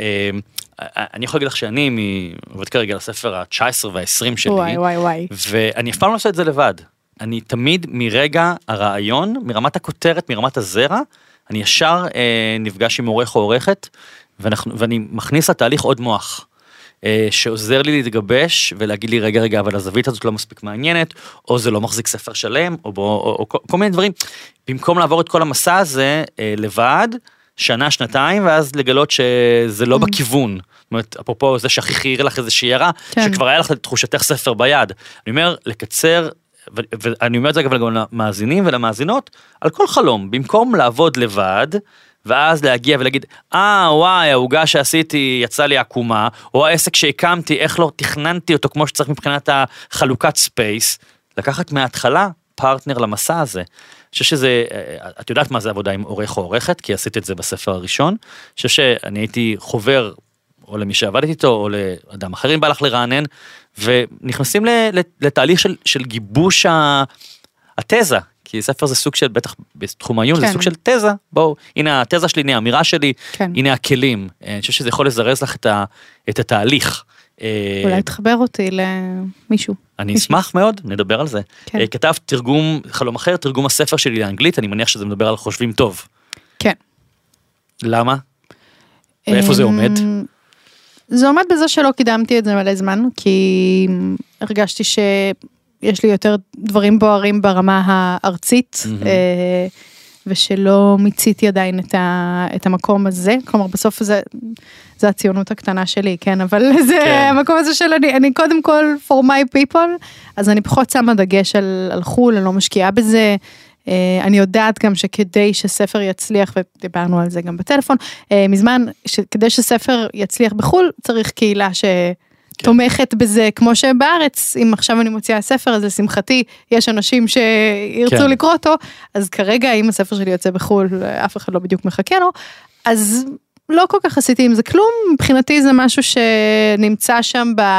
אני יכול להגיד לך שאני עובד כרגע לספר ה-תשע עשרה וה-עשרים שלי, וואי וואי וואי. ואני אף פעם לא עושה את זה לבד. אני תמיד מרגע הרעיון, מרמת הכותרת, מרמת הזרע, אני ישר אה, נפגש עם עורך או עורכת, ואנחנו, ואני מכניס לתהליך עוד מוח, אה, שעוזר לי להתגבש, ולהגיד לי, רגע, רגע, אבל הזווית הזאת לא מספיק מעניינת, או זה לא מחזיק ספר שלם, או, או, או, או, או כל מיני דברים, במקום לעבור את כל המסע הזה, אה, לבד, שנה, שנתיים, ואז לגלות שזה לא בכיוון. זאת אומרת, אפרופו זה שהכי העיר לך איזושהי הערה, כן. שכבר היה לך תחושתך ספר ביד. אני אומר, לקצר, ואני אומר את זה גם למאזינים ולמאזינות, על כל חלום, במקום לעבוד לבד, ואז להגיע ולהגיד, אה, וואי, ההוגה שעשיתי יצא לי עקומה, או העסק שהקמתי, איך לא תכננתי אותו כמו שצריך מבחינת החלוקת ספייס, לקחת מההתחלה פרטנר למסע הזה. חושב שזה, את יודעת מה זה עבודה עם עורך או עורכת, כי עשית את זה בספר הראשון. אני חושב שאני הייתי חובר, או למי שעבדתי איתו, או לאדם אחרים בא לך לרענן, ונכנסים לתהליך של, של גיבוש התזה, כי ספר זה סוג של, בטח בתחום העיון, כן. זה סוג של תזה, בואו, הנה התזה שלי, הנה האמירה שלי, כן. הנה הכלים. אני חושב שזה יכול לזרז לך את, ה, את התהליך. אולי תחבר אותי למישהו. אני אשמח מאוד, נדבר על זה. כן. כתבת תרגום, חלום אחר, תרגום הספר שלי לאנגלית, אני מניח שזה מדבר על חושבים טוב. כן. למה? ואיפה זה עומד? זה עומד בזה שלא קידמתי את זה מלא זמן, כי הרגשתי שיש לי יותר דברים בוערים ברמה הארצית, ושלא מיציתי עדיין את, ה, את המקום הזה, כלומר בסוף זה, זה הציונות הקטנה שלי, כן, אבל זה כן. המקום הזה של אני, אני קודם כל for my people, אז אני פחות שמה דגש על, על חול, אני לא משקיעה בזה, אני יודעת גם שכדי שספר יצליח, ודיברנו על זה גם בטלפון, מזמן, כדי שספר יצליח בחול, צריך קהילה ש... תומכת בזה, כמו שבארץ, אם עכשיו אני מוציאה ספר, אז לשמחתי, יש אנשים שירצו כן. לקרוא אותו, אז כרגע, אם הספר שלי יוצא בחול, אף אחד לא בדיוק מחכה לו, אז לא כל כך עשיתי עם זה כלום, מבחינתי זה משהו שנמצא שם ב...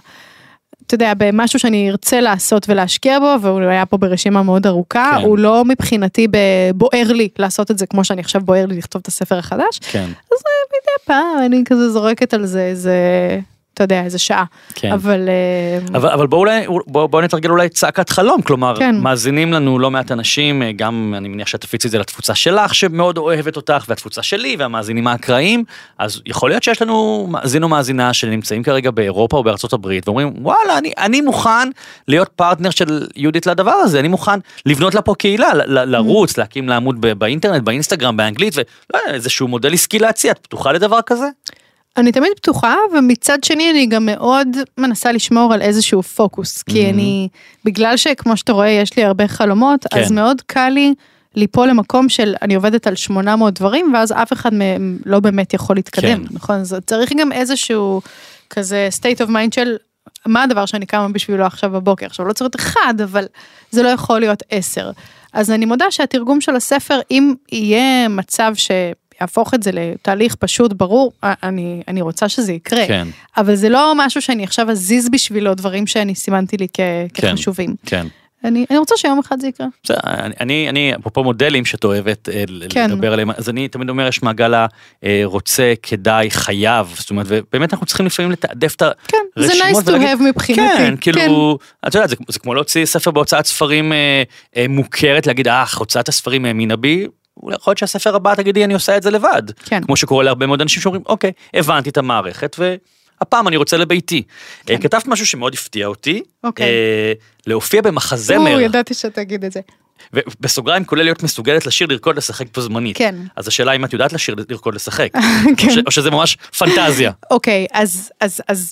אתה יודע, במשהו שאני ארצה לעשות ולהשקיע בו, והוא היה פה ברשימה מאוד ארוכה, כן. הוא לא מבחינתי בוער לי לעשות את זה, כמו שאני עכשיו בוער לי לכתוב את הספר החדש, כן. אז מדי פעם, אני כזה זורקת על זה, איזה... אתה יודע, איזה שעה, כן. אבל... אבל, אבל בואו אולי, בואו, בואו נתרגל אולי צעקת חלום, כלומר, כן. מאזינים לנו לא מעט אנשים, גם אני מניח שתפיצי את זה לתפוצה שלך, שמאוד אוהבת אותך, והתפוצה שלי, והמאזינים האקראיים, אז יכול להיות שיש לנו מאזין או מאזינה, שנמצאים כרגע באירופה או בארצות הברית, ואומרים, וואלה, אני, אני מוכן להיות פרטנר של יהודית לדבר הזה, אני מוכן לבנות לה פה קהילה, ל, לרוץ, להקים לעמוד באינטרנט, באינסטגרם, באנגלית, ולא, איזשהו מודל עסקי להציע, את פתוחה לדבר כזה? אני תמיד פתוחה, ומצד שני אני גם מאוד מנסה לשמור על איזשהו פוקוס, כי mm-hmm. אני, בגלל שכמו שאתה רואה, יש לי הרבה חלומות, כן. אז מאוד קל לי ליפול למקום של, אני עובדת על שמונה מאות דברים, ואז אף אחד מהם לא באמת יכול להתקדם, כן. נכון? אז צריך גם איזשהו כזה state of mind של, מה הדבר שאני קמה בשבילו עכשיו בבוקר, עכשיו לא צריך אחד, אבל זה לא יכול להיות עשר. אז אני מודה שהתרגום של הספר, אם יהיה מצב ש... יהפוך את זה לתהליך פשוט, ברור, אני, אני רוצה שזה יקרה, כן. אבל זה לא משהו שאני עכשיו אזיז בשבילו, דברים שאני סימנתי לי כ, כן, כחשובים. כן. אני, אני רוצה שיום אחד זה יקרה. אני, אני, אפרופו מודלים שאת אוהבת כן. לדבר עליהם, אז אני תמיד אומר, יש מעגל רוצה, כדאי, חייב, זאת אומרת, ובאמת אנחנו צריכים לפעמים לתעדף את הרשימות. כן, זה nice to have מבחינתי. כן, כאילו, את יודעת, זה, זה כמו להוציא ספר בהוצאת ספרים אה, אה, מוכרת, להגיד, אה, הוצאת הספרים מנבי, יכול להיות שהספר הבא תגידי, אני עושה את זה לבד. כן. כמו שקורה להרבה מאוד אנשים שאומרים, אוקיי, הבנתי את המערכת, והפעם אני רוצה לביתי. כן. כתבת משהו שמאוד הפתיע אותי, אוקיי. אה, להופיע במחזמר. או, ידעתי שתגיד את זה. ובסוגריים, כולל להיות מסוגלת לשיר, לרקוד, לשחק פה זמנית. כן. אז השאלה אם את יודעת לשיר, לרקוד, לשחק. כן. או, ש, או שזה ממש פנטזיה. אוקיי, אז, אז, אז,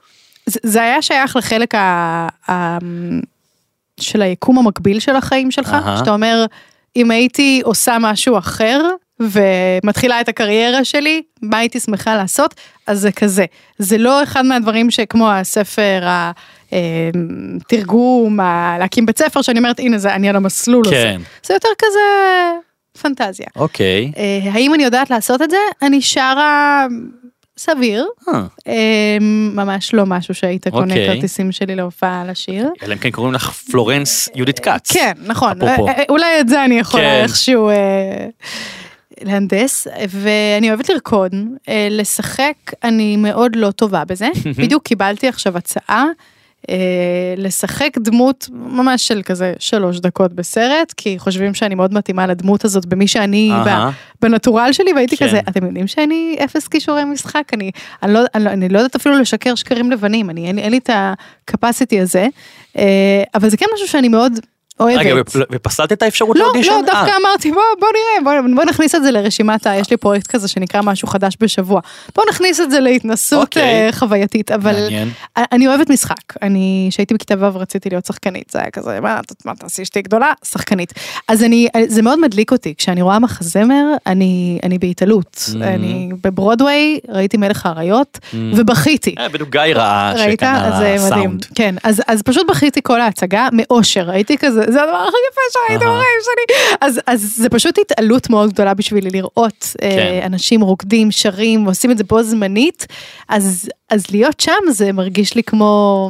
זה היה שייך לחלק ה, ה, של היקום המקביל של החיים שלך, שאתה אומר, אם הייתי עושה משהו אחר, ומתחילה את הקריירה שלי, מה הייתי שמחה לעשות, אז זה כזה. זה לא אחד מהדברים שכמו הספר, התרגום, להקים בית ספר, שאני אומרת, הנה זה, אני על המסלול הזה. כן. זה יותר כזה פנטזיה. אוקיי. האם אני יודעת לעשות את זה? אני שרה סביר. ממש לא משהו שהיית קונה כרטיסים שלי להופעה לשיר. אלא אם כן קוראים לך פלורנס יהודית קאץ. כן, נכון. אולי את זה אני יכולה איכשהו להנדס, ואני אוהבת לרקוד, לשחק, אני מאוד לא טובה בזה. בדיוק קיבלתי עכשיו הצעה, לשחק דמות ממש של כזה שלוש דקות בסרט, כי חושבים שאני מאוד מתאימה לדמות הזאת, במי שאני בנטורל שלי, והייתי כזה, אתם יודעים שאני אפס כישורי משחק, אני לא יודעת אפילו לשקר שקרים לבנים, אין לי את הקפסיטי הזה, אבל זה כן משהו שאני מאוד אוהבת. רגע, ופסלת את האפשרות לא, לא, דווקא אמרתי, בוא, בוא נראה, בוא, בוא נכניס את זה לרשימת, יש לי פרויקט כזה שנקרא משהו חדש בשבוע, בוא נכניס את זה להתנסות okay. חווייתית, אבל מעניין. אני אוהבת משחק, אני, שהייתי בכיתה ו' רציתי להיות שחקנית, זה היה כזה, מה, מה תעשי אשתי גדולה? שחקנית. אז אני, זה מאוד מדליק אותי, כשאני רואה מחזמר, אני, אני בהתעלות, mm-hmm. אני בברודווי, ראיתי מלך האריות, mm-hmm. ובכיתי. אה, בדיוק גיא ראה שכאן הסאונד. כן, אז, אז פשוט בכיתי כל ההצגה, מאושר, הייתי כזה, זה הדבר הכי יפה שהייתי בחיים שלי. אז, אז זה פשוט התעלות מאוד גדולה בשבילי לראות כן. אנשים רוקדים, שרים, ועושים את זה בו זמנית, אז, אז להיות שם זה מרגיש לי כמו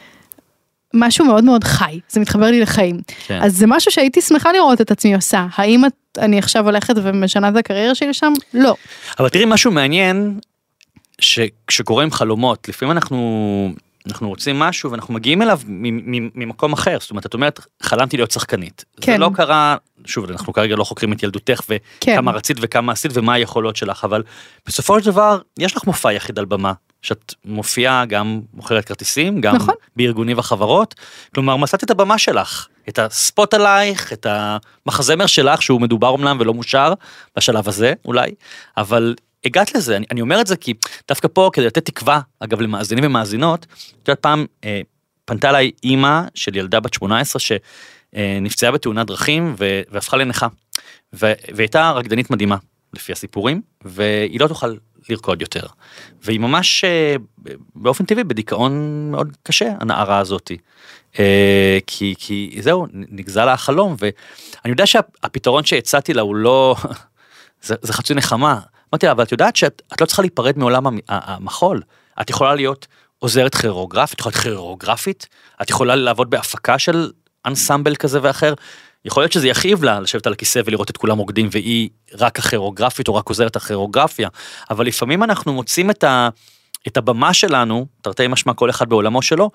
משהו מאוד מאוד חי, זה מתחבר לי לחיים. כן. אז זה משהו שהייתי שמחה לראות את עצמי עושה. האם את, אני עכשיו הולכת ומשנה את הקריירה שלי שם? לא. אבל תראי משהו מעניין, שכשקורה עם חלומות, לפעמים אנחנו... אנחנו רוצים משהו, ואנחנו מגיעים אליו ממקום אחר, זאת אומרת, את אומרת, חלמתי להיות שחקנית. כן. זה לא קרה, שוב, אנחנו כרגע לא חוקרים את ילדותך, וכמה כן. רצית וכמה עשית, ומה היכולות שלך, אבל בסופו של דבר, יש לך מופע יחיד על במה, שאת מופיעה גם מוכרת כרטיסים, גם נכון. בארגונים וחברות, כלומר, מצאת את הבמה שלך, את הספוט עלייך, את המחזמר שלך, שהוא מדובר אומנם ולא מושר, בשלב הזה אולי, אבל הגעת לזה, אני, אני אומר את זה כי דווקא פה כדי לתת תקווה, אגב למאזינים ומאזינות, את יודעת פעם אה, פנתה אליי אימא של ילדה בת שמונה עשרה שנפצעה בתאונת דרכים ו, והפכה לנכה, ו, והייתה רקדנית מדהימה לפי הסיפורים, והיא לא תוכל לרקוד יותר, והיא ממש אה, באופן טבעי בדיכאון מאוד קשה, הנערה הזאת, אה, כי, כי זהו, נגזל לה החלום, ואני יודע שהפתרון שהצעתי לה הוא לא, זה, זה חצי נחמה, אמרתי לה, אבל את יודעת שאת את לא צריכה להיפרד מעולם המחול, את יכולה להיות עוזרת כירוגרפית, את יכולה להיות כירוגרפית, את יכולה לעבוד בהפקה של אנסמבל כזה ואחר, יכול להיות שזה יכאיב לה לשבת על הכיסא ולראות את כולם רוקדים, והיא רק הכירוגרפית או רק עוזרת הכירוגרפיה, אבל לפעמים אנחנו מוצאים את, ה, את הבמה שלנו, תרתי משמע כל אחד בעולמו שלו,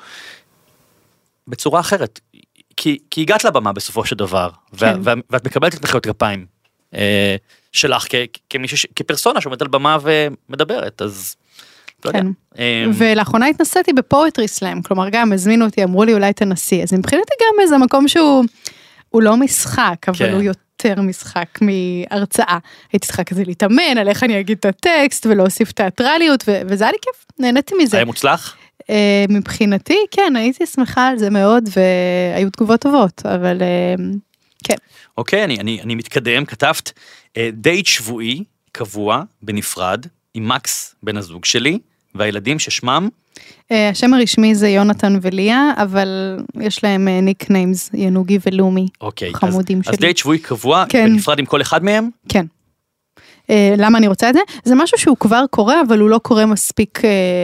בצורה אחרת, כי, כי הגעת לבמה בסופו של דבר, כן. וה, ואת מקבלת את מחיאות כפיים, שלך כמישהו, כפרסונה שעומדת על במה ומדברת, אז לא יודע. ולאחרונה התנסיתי בפואטרי סלאם, כלומר גם הזמינו אותי, אמרו לי אולי תנסי, אז מבחינתי גם איזה מקום שהוא לא משחק, אבל הוא יותר משחק מהרצאה. הייתי צריכה כזה להתאמן על איך אני אגיד את הטקסט, ולהוסיף תיאטרליות, וזה היה לי כיף, נהניתי מזה. היה מוצלח? מבחינתי, כן, הייתי שמחה על זה מאוד, והיו תגובות טובות, אבל כן. אוקיי, אני, אני, אני מתקדם, כתבת דייט שבועי, קבוע, בנפרד, עם מקס בן הזוג שלי, והילדים ששמם? השם הרשמי זה יונתן וליה, אבל יש להם ניקניימס, ינוגי ולומי, אוקיי, חמודים אז, שלי. אז דייט שבועי קבוע, כן. בנפרד עם כל אחד מהם? כן. למה אני רוצה את זה? זה משהו שהוא כבר קורה, אבל הוא לא קורה מספיק,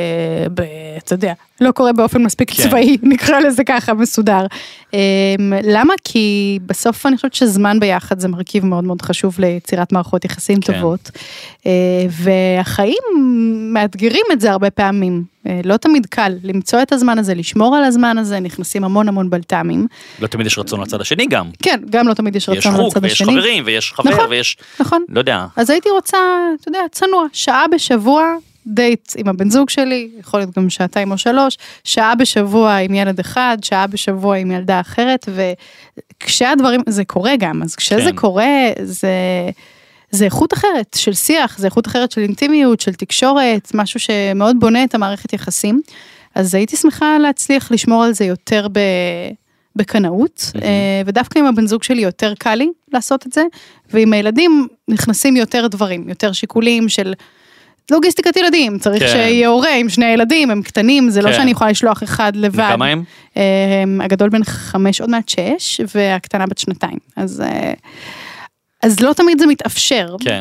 אתה יודע, לא קורה באופן מספיק צבאי, נקרא לזה ככה, מסודר. למה? כי בסוף אני חושבת שזמן ביחד זה מרכיב מאוד מאוד חשוב ליצירת מערכות יחסים טובות, והחיים מאתגרים את זה הרבה פעמים. לא תמיד קל למצוא את הזמן הזה, לשמור על הזמן הזה, נכנסים המון המון בלת"מים. לא תמיד יש רצון לצד השני גם. כן, גם לא תמיד יש רצון לצד השני. יש חוג, ויש חברים, ויש חבר, נכון, ויש... נכון. לא יודע. אז הייתי רוצה, אתה יודע, צנוע, שעה בשבוע, דייט עם הבן זוג שלי, יכול להיות גם שעתיים או שלוש, שעה בשבוע עם ילד אחד, שעה בשבוע עם ילדה אחרת, וכשהדברים, זה קורה גם, אז כשזה כן. קורה, זה... זה איכות אחרת של שיח, זה איכות אחרת של אינטימיות, של תקשורת, משהו שמאוד בונה את המערכת יחסים, אז הייתי שמחה להצליח לשמור על זה יותר בקנאות, mm-hmm. ודווקא עם הבן זוג שלי יותר קל לי לעשות את זה, ועם הילדים נכנסים יותר דברים, יותר שיקולים של לוגיסטיקת ילדים, צריך כן. שיהיה הורה עם שני ילדים, הם קטנים, זה כן. לא שאני יכולה לשלוח אחד לבד. וכמה הם? הגדול בן חמש, עוד מעט שש, והקטנה בת שנתיים, אז... אז לא תמיד זה מתאפשר, כן.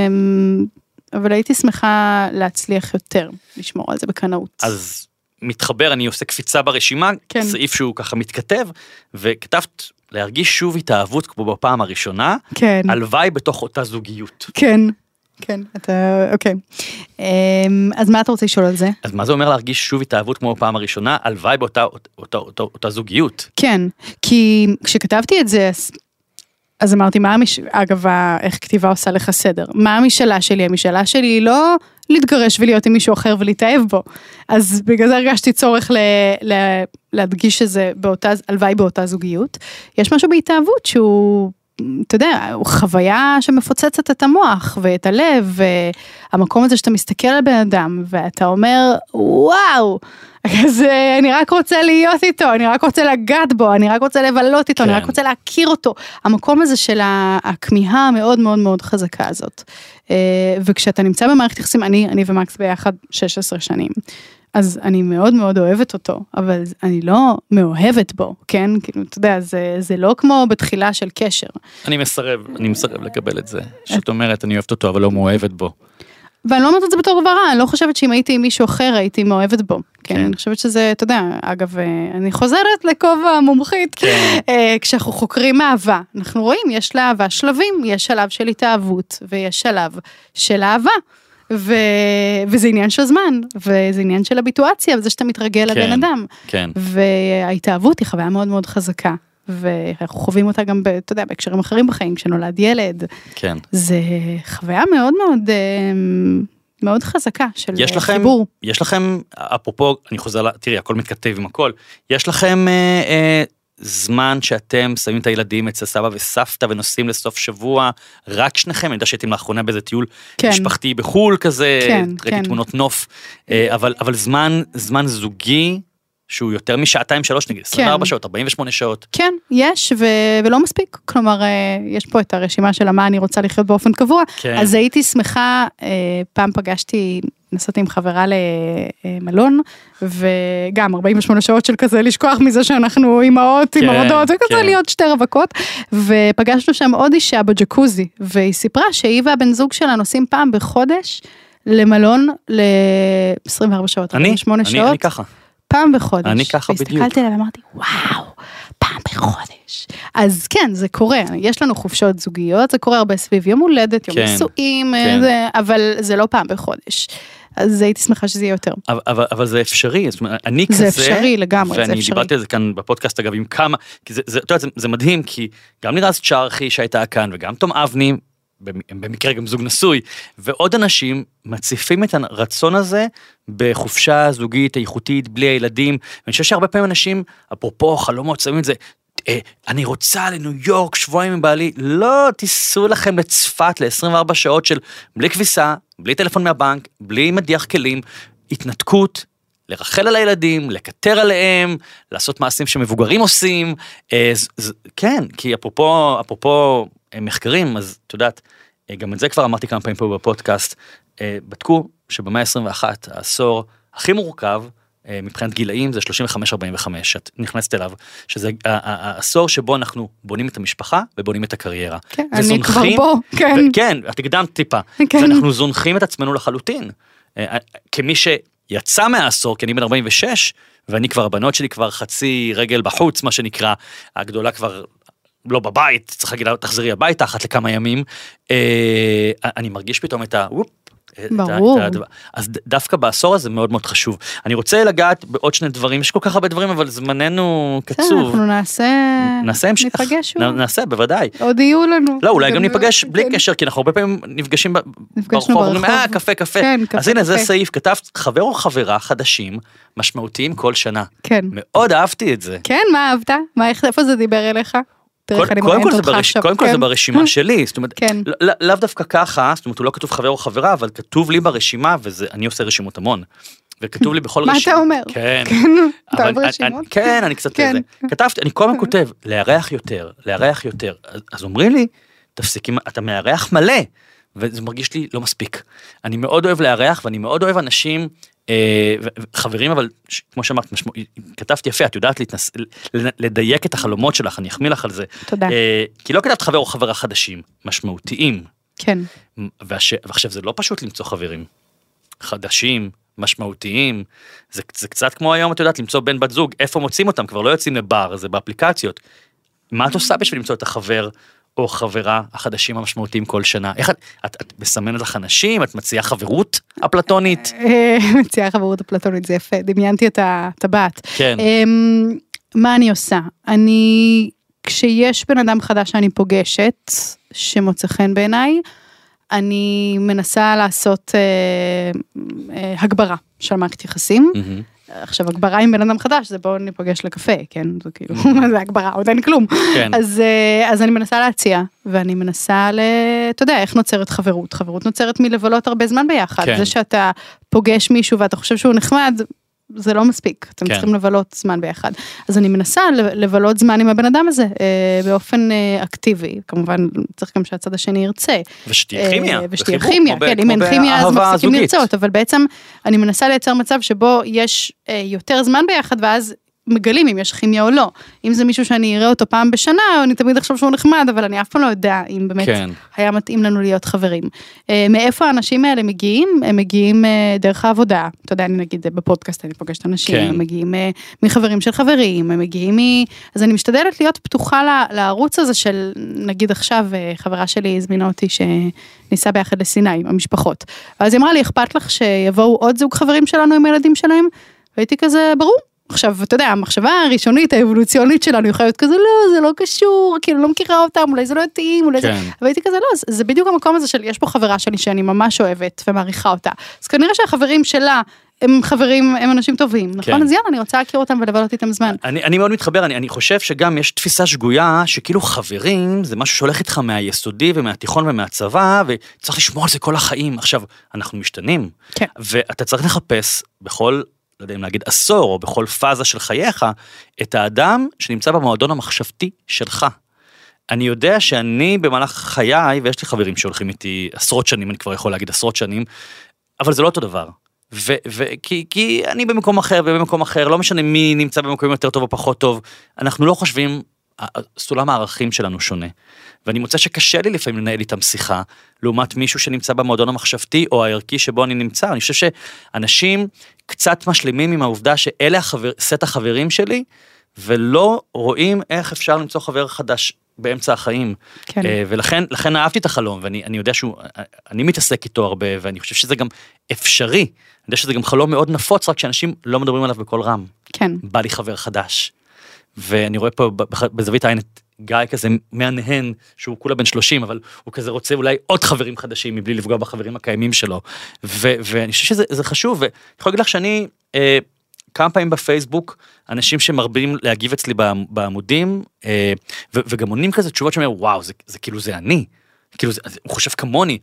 אבל הייתי שמחה להצליח יותר, לשמור על זה בקנאות. אז מתחבר, אני עושה קפיצה ברשימה, כן. סעיף שהוא ככה מתכתב, וכתבת להרגיש שוב התאהבות כמו בפעם הראשונה, כן. הלוואי בתוך אותה זוגיות. כן, כן, אתה, אוקיי. אז מה אתה רוצה לשאול על זה? אז מה זה אומר להרגיש שוב התאהבות כמו בפעם הראשונה, הלוואי באותה אותה, אותה, אותה זוגיות? כן, כי כשכתבתי את זה, אז אמרתי, מה המש... אגב, איך כתיבה עושה לך סדר? מה המשאלה שלי? המשאלה שלי היא לא להתגרש ולהיות עם מישהו אחר ולהתאהב בו. אז בגלל זה הרגשתי צורך ל... ל... להדגיש שזה באותה, הלוואי באותה זוגיות. יש משהו בהתאהבות שהוא, אתה יודע, הוא חוויה שמפוצצת את המוח ואת הלב, והמקום הזה שאתה מסתכל על בן אדם, ואתה אומר, וואו, אז אני רק רוצה להיות איתו, אני רק רוצה לגעת בו, אני רק רוצה לבלות איתו, כן. אני רק רוצה להכיר אותו. המקום הזה של הכמיהה המאוד מאוד מאוד חזקה הזאת. וכשאתה נמצא במערכת יחסים, אני, אני ומקס ביחד שש עשרה שנים, אז אני מאוד מאוד אוהבת אותו, אבל אני לא מאוהבת בו, כן? כאילו, אתה יודע, זה, זה לא כמו בתחילה של קשר. אני מסרב, אני מסרב לקבל את זה. שאת אומרת, אני אוהבת אותו, אבל לא מאוהבת בו. ואני לא אומרת את זה בתור דבר רע, אני לא חושבת שאם הייתי עם מישהו אחר, הייתי מאוהבת בו. כן, כן. אני חושבת שזה, אתה יודע, אגב, אני חוזרת לכובע המומחית, כן. כשאנחנו חוקרים אהבה, אנחנו רואים, יש לאהבה שלבים, יש שלב של התאהבות, ויש שלב של אהבה. ו... וזה עניין של זמן, וזה עניין של הביטואציה, וזה שאתה מתרגל כן, לבן אדם. כן. וההתאהבות היא חוויה מאוד מאוד חזקה, ואנחנו חווים אותה גם, אתה יודע, בהקשרים אחרים בחיים, כשנולד ילד. כן. זה חוויה מאוד מאוד, מאוד חזקה של יש לכם, חיבור. יש לכם, אפרופו, אני חוזר, לה, תראי, הכל מתכתב עם הכל, יש לכם אה, אה, זמן שאתם שמים את הילדים אצל סבא וסבתא ונוסעים לסוף שבוע, רק שניכם, אני יודע שהייתם לאחרונה באיזה טיול כן. משפחתי בחול כזה, כן, ראיתי כן. תמונות נוף, אה, אבל, אבל זמן, זמן זוגי, שהוא יותר משעתיים שלוש נגיד, עשרים וארבע שעות, ארבעים ושמונה שעות. כן, יש, ו... ולא מספיק. כלומר, יש פה את הרשימה של מה אני רוצה לחיות באופן קבוע. כן. אז הייתי שמחה, פעם פגשתי, נסעתי עם חברה למלון, וגם ארבעים ושמונה שעות של כזה לשכוח מזה שאנחנו אימהות, כן, אימהות, וכזה כן. להיות שתי רווקות, ופגשנו שם עוד אישה בג'קוזי, והיא סיפרה שהיא והבן זוג שלה נוסעים פעם בחודש למלון ל-עשרים וארבע שעות, אני, ארבעים ושמונה אני, שעות. אני ככה. פעם בחודש. אני ככה בדיוק. והסתכלתי עליה ואמרתי, וואו, פעם בחודש. אז כן, זה קורה. יש לנו חופשות זוגיות, זה קורה הרבה סביב יום הולדת, יום כן, נישואים, כן. זה, אבל זה לא פעם בחודש. אז הייתי שמחה שזה יהיה יותר. אבל, אבל, אבל זה אפשרי, זאת אומרת, אני זה כזה, אפשרי לגמרי, זה ואני אפשרי. דיברתי על זה כאן בפודקאסט אגב עם כמה, כי זה, זה, זה, זה מדהים, כי גם לירז צ'רחי שהייתה כאן, וגם תום אבני, במקרה גם זוג נשוי, ועוד אנשים מציפים את הרצון הזה בחופשה זוגית, איכותית, בלי הילדים, ואני חושב שהרבה פעמים אנשים, אפרופו חלומות, שמים את זה, אה, אני רוצה לניו יורק, שבועיים עם בעלי, לא, תיסעו לכם לצפת ל-עשרים וארבע שעות של בלי כביסה, בלי טלפון מהבנק, בלי מדיח כלים, התנתקות, לרחל על הילדים, לקטר עליהם, לעשות מעשים שמבוגרים עושים, אה, ז, ז, כן, כי אפרופו, אפרופו מחקרים, אז את יודעת, גם את זה כבר אמרתי כמה פעמים פה בפודקאסט, בדקו שבמאה ה-עשרים ואחת, העשור הכי מורכב, מבחינת גילאים, זה שלושים וחמש ארבעים וחמש, שאת נכנסת אליו, שזה העשור שבו אנחנו בונים את המשפחה, ובונים את הקריירה. כן, אני כבר בו, כן. כן, את הקדמת טיפה. כן. ואנחנו זונחים את עצמנו לחלוטין. כמי שיצא מהעשור, כי אני בן ארבעים ושש, ואני כבר, הבנות שלי כבר חצי רגל בחוץ, מה שנקרא, הגדולה כבר לא בבית, צריך להגיד לה, תחזרי הביתה אחת לכמה ימים, אה, אני מרגיש פתאום את ה... וופ, ברור. את ה, אז דווקא בעשור הזה מאוד מאוד חשוב. אני רוצה לגעת בעוד שני דברים, יש כל כך הרבה דברים, אבל זמננו קצוב. אנחנו נעשה... נעשה המשך. ניפגש שוב. נעשה, בוודאי. עוד יהיו לנו. לא, אולי גם ניפגש בלי קשר, כי אנחנו הרבה פעמים נפגשים ברחוב, אומרים, אה, קפה, קפה. אז הנה, זה סעיף, כתבת חבר או חברה חדשים, משמעותיים כל שנה. כן. מאוד אהבתי את זה. כן, מה אהבת? מה, איפה זה דיבר אליך? קודם כל זה ברשימה שלי, זאת אומרת, לאו דווקא ככה, זאת אומרת, הוא לא כתוב חבר או חברה, אבל כתוב לי ברשימה, ואני עושה רשימות המון, וכתוב לי בכל רשימה. מה אתה אומר? כן. אתה אוהב רשימות? כן, אני קצת כזה. כתבתי, אני כל הזמן כותב, לארח יותר, לארח יותר, אז אומרים לי, תפסיק, אתה מארח מלא, וזה מרגיש לי לא מספיק. אני מאוד אוהב לארח, ואני מאוד אוהב אנשים, חברים, אבל כמו שאמרת, כתבתי יפה, את יודעת לדייק את החלומות שלך, אני אחמיא לך על זה. תודה. כי לא כתבת חבר או חברה חדשים, משמעותיים. כן. ועכשיו זה לא פשוט למצוא חברים. חדשים, משמעותיים, זה, זה קצת כמו היום, את יודעת, למצוא בן בת זוג, איפה מוצאים אותם, כבר לא יוצאים לבר, זה באפליקציות. מה את עושה בשביל למצוא את החבר או חברה החדשים המשמעותיים כל שנה? איך את, את, את מסמנת לך אנשים, את מציעה חברות אפלטונית? מציעה חברות אפלטונית, זה יפה, דמיינתי את הטבעת. כן. מה אני עושה? אני, כשיש בן אדם חדש שאני פוגשת, שמוצא חן בעיניי, אני מנסה לעשות הגברה של מערכת יחסים, עכשיו, הגברה עם בן אדם חדש, זה בואו ניפגש לקפה, כן? זה כאילו, זה הגברה, עוד אין כלום. אז, אז אני מנסה להציע, ואני מנסה ל... אתה יודע, איך נוצרת חברות? חברות נוצרת מלבלות הרבה זמן ביחד. זה שאתה פוגש מישהו ואתה חושב שהוא נחמד, זה לא מספיק, אתם כן. צריכים לבלות זמן ביחד. אז אני מנסה לבלות זמן עם הבן אדם הזה, באופן אקטיבי, כמובן צריך גם שהצד השני ירצה. ושתהיה כימיה. ושתהיה כימיה, כן, אם אין כימיה אז מפסיקים לרצות, אבל בעצם אני מנסה לייצר מצב שבו יש יותר זמן ביחד, ואז מגלים אם יש כימיה או לא. אם זה מישהו שאני אראה אותו פעם בשנה, אני תמיד אחשוב שהוא נחמד, אבל אני אף פעם לא יודע אם באמת כן. היה מתאים לנו להיות חברים. מאיפה האנשים האלה מגיעים? הם מגיעים דרך העבודה. אתה יודע, אני נגיד בפודקאסט, אני פוגשת אנשים, כן. הם מגיעים מחברים של חברים, הם מגיעים מ... אז אני משתדלת להיות פתוחה לערוץ הזה של, נגיד עכשיו, חברה שלי הזמינה אותי שניסה ביחד לסיני עם המשפחות. ואז היא אמרה לי, אכפת לך שיבואו עוד זוג חברים שלנו עם הילדים שלהם? והייתי כזה, ברור. עכשיו, אתה יודע, המחשבה הראשונית, האבולוציונית שלנו, יכולה להיות כזה, לא, זה לא קשור, כאילו, לא מכירה אותם, אולי זה לא יתאים, אולי כן. זה... והייתי כזה, לא, זה, זה בדיוק המקום הזה של, יש פה חברה שלי שאני ממש אוהבת ומעריכה אותה. אז כנראה שהחברים שלה, הם חברים, הם אנשים טובים, נכון? כן. אז יאללה, אני רוצה להכיר אותם ולבלות איתם זמן. אני, אני מאוד מתחבר, אני, אני חושב שגם יש תפיסה שגויה, שכאילו חברים, זה משהו שהולך איתך מהיסודי ומהתיכון ומהצבא, וצריך לשמור על זה כל החיים. עכשיו, אנחנו משתנים, כן. ואתה צריך לחפש בכל לא יודע אם להגיד עשור, או בכל פאזה של חייך, את האדם שנמצא במועדון המחשבתי שלך. אני יודע שאני במהלך חיי, ויש לי חברים שהולכים איתי עשרות שנים, אני כבר יכול להגיד עשרות שנים, אבל זה לא אותו דבר. ו- ו- כי, כי אני במקום אחר ובמקום אחר, לא משנה מי נמצא במקום יותר טוב או פחות טוב, אנחנו לא חושבים, סולם הערכים שלנו שונה. ואני מוצא שקשה לי לפעמים לנהל איתם שיחה, לעומת מישהו שנמצא במועדון המחשבתי, או הערכי שבו אני נמצא. אני חושב שאנשים קצת משלימים עם העובדה שאלה החבר, סט החברים שלי, ולא רואים איך אפשר למצוא חבר חדש באמצע החיים. כן. ולכן, לכן אהבתי את החלום, ואני אני יודע שהוא, אני מתעסק איתו הרבה, ואני חושב שזה גם אפשרי. אני יודע שזה גם חלום מאוד נפוץ, רק שאנשים לא מדברים עליו בכל רם. כן. בא לי חבר חדש. ואני רואה פה בזווית העין את גיא כזה מהנהן, שהוא כולה בן שלושים, אבל הוא כזה רוצה אולי עוד חברים חדשים, מבלי לפגוע בחברים הקיימים שלו. ו- ואני חושב שזה חשוב, ואני יכול להגיד לך שאני, אה, כמה פעמים בפייסבוק, אנשים שמרבים להגיב אצלי בעמודים, אה, ו- וגם עונים כזה תשובות שאומר, וואו, זה, זה כאילו זה אני, כאילו זה, הוא חושב כמוני.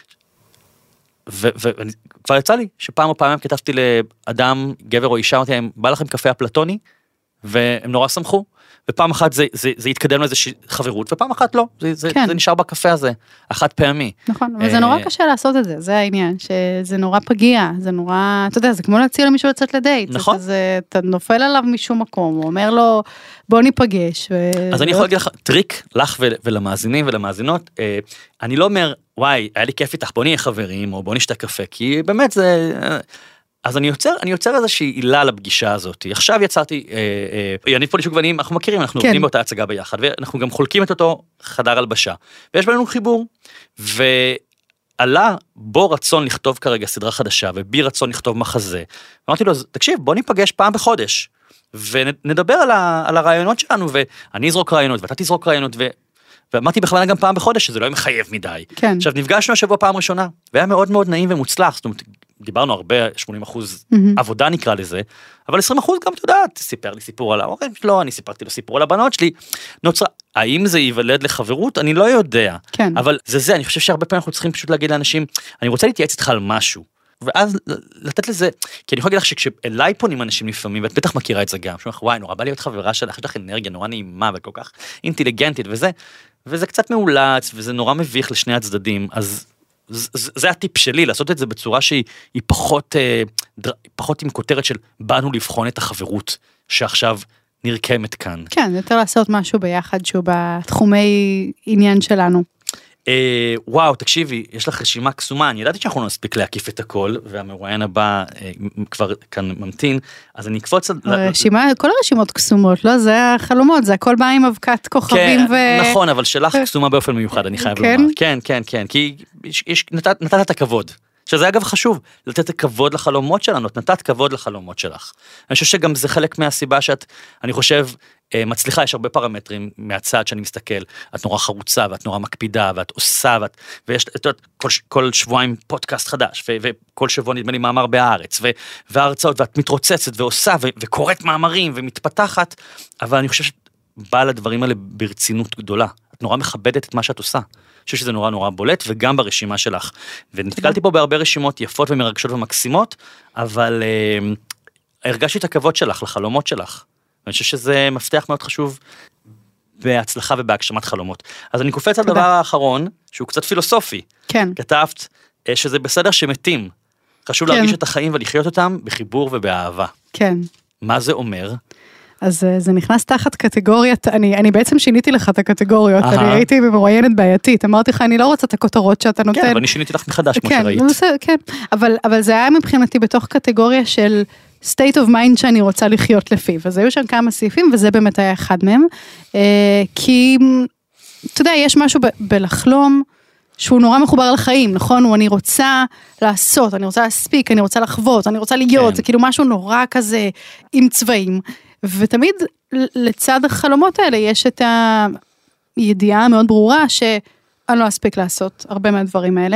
וכבר יצא לי, שפעם או פעמים כתבתי לאדם, גבר או אישה, אותי, בא לכם קפה אפלטוני, והם נורא שמחו, ופעם אחת זה, זה, זה יתקדם לאיזושהי חברות, ופעם אחת לא, זה, זה, כן. זה נשאר בקפה הזה, אחת פעמי. נכון, אבל זה נורא קשה לעשות את זה, זה העניין, שזה נורא פגיע, זה נורא, אתה יודע, זה כמו להציע למישהו לצאת לדייט, נכון. זה, זה, אתה נופל עליו משום מקום, הוא אומר לו, בוא ניפגש. ו... אז אני יכול להגיד לך, טריק, לך ולמאזינים ולמאזינות, אני לא אומר, וואי, היה לי כיף איתך, בוא נהיה חברים, או בוא נשתה קפה, כי באמת זה... אז אני יוצר, אני יוצר איזושהי עילה לפגישה הזאת. עכשיו יצרתי, אה, אה, יניב פולישוק ואני, אנחנו מכירים, אנחנו כן. עובדים באותה הצגה ביחד, ואנחנו גם חולקים את אותו חדר הלבשה. ויש בינינו חיבור, ועלה בו רצון לכתוב כרגע סדרה חדשה, ובי רצון לכתוב מחזה. אמרתי לו, תקשיב, בוא ניפגש פעם בחודש, ונדבר על, ה, על הרעיונות שלנו, ואני אזרוק רעיונות, ואתה תזרוק רעיונות, ו... ואמרתי בכלל גם פעם בחודש, שזה לא יהיה מחייב מדי. כן. עכשיו, נפגשנו השבוע פעם ראשונה, והיה מאוד מאוד נעים ומוצלח, זאת אומרת, דיברנו הרבה, שמונים אחוז mm-hmm. עבודה נקרא לזה, אבל עשרים אחוז גם, אתה יודעת, סיפר לי סיפור על ההורים שלו, אני סיפרתי לו סיפור על הבנות שלי, נוצרה, האם זה ייוולד לחברות? אני לא יודע. כן. אבל זה זה, אני חושב שהרבה פעמים אנחנו צריכים פשוט להגיד לאנשים, אני רוצה להתייעץ איתך על משהו, ואז לתת לזה, כי אני יכול להגיד לך שכשאליי פונים אנשים לפעמים, ואת בטח מכירה את זה גם, שאומר, וואי, נורא בא להיות חברה שלך, יש לך אנרגיה נורא נעימה וכל כך אינטליגנטית וזה, וזה קצת מאולץ, וזה נורא מביך לשני הצדדים, אז זה, זה הטיפ שלי, לעשות את זה בצורה שהיא פחות, פחות עם כותרת של באנו לבחון את החברות, שעכשיו נרקמת כאן. כן, יותר לעשות משהו ביחד, שהוא בתחומי עניין שלנו. אה, וואו, תקשיבי, יש לך רשימה קסומה, אני ידעתי שאנחנו נספיק להקיף את הכל, והמרואיין הבא אה, כבר כאן ממתין, אז אני אקפוץ... הרשימה, כל הרשימות קסומות, לא? זה החלומות, זה הכל בא עם אבקת כוכבים כן, ו... נכון, אבל שלך קסומה באופן מיוחד, אני חייב כן? לומר. כן, כן, כן, כי יש, יש, נתת, נתת את הכבוד, שזה אגב חשוב, לתת את הכבוד לחלומות שלנו, את נתת כבוד לחלומות שלך. אני חושב שגם זה חלק מהסיבה שאת, אני חושב, מצליחה, יש הרבה פרמטרים מהצד שאני מסתכל, את נורא חרוצה, ואת נורא מקפידה, ואת עושה, ואת, ויש כל, כל שבועיים פודקאסט חדש, ו, וכל שבוע נדמה לי מאמר בהארץ, ו, וההרצאות, ואת מתרוצצת ועושה, ו, וקוראת מאמרים, ומתפתחת, אבל אני חושב שבא לדברים האלה ברצינות גדולה, את נורא מכבדת את מה שאת עושה, אני חושב שזה נורא נורא בולט, וגם ברשימה שלך, ונתקלתי פה בהרבה רשימות יפות ומרגשות ומקסימות, אבל הרגשתי את הכבוד שלך, לחלומות שלך. אני חושב שזה מפתח מאוד חשוב בהצלחה ובהגשמת חלומות. אז אני קופץ על דבר האחרון, שהוא קצת פילוסופי. כן. כתבת שזה בסדר שמתים. חשוב כן. להרגיש את החיים ולחיות אותם בחיבור ובאהבה. כן. מה זה אומר? אז זה נכנס תחת קטגוריית, אני, אני בעצם שיניתי לך את הקטגוריות, Aha. אני הייתי במרואיינת בעייתית, אמרתי לך, אני לא רוצה את הכותרות שאתה נותן. כן, אבל אני שיניתי לך מחדש, כמו כן, שראית. בסדר, כן, אבל, אבל זה היה מבחינתי בתוך קטגוריה של state of mind שאני רוצה לחיות לפיו, אז היו שם כמה סעיפים, וזה באמת היה אחד מהם, כי, אתה יודע, יש משהו ב- בלחלום, שהוא נורא מחובר לחיים, נכון? הוא אני רוצה לעשות, אני רוצה להספיק, אני רוצה לחוות, אני רוצה להיות, כן. זה כאילו משהו נורא כזה עם צבעים, ותמיד לצד החלומות האלה יש את הידיעה המאוד ברורה שאני לא אספיק לעשות הרבה מהדברים האלה,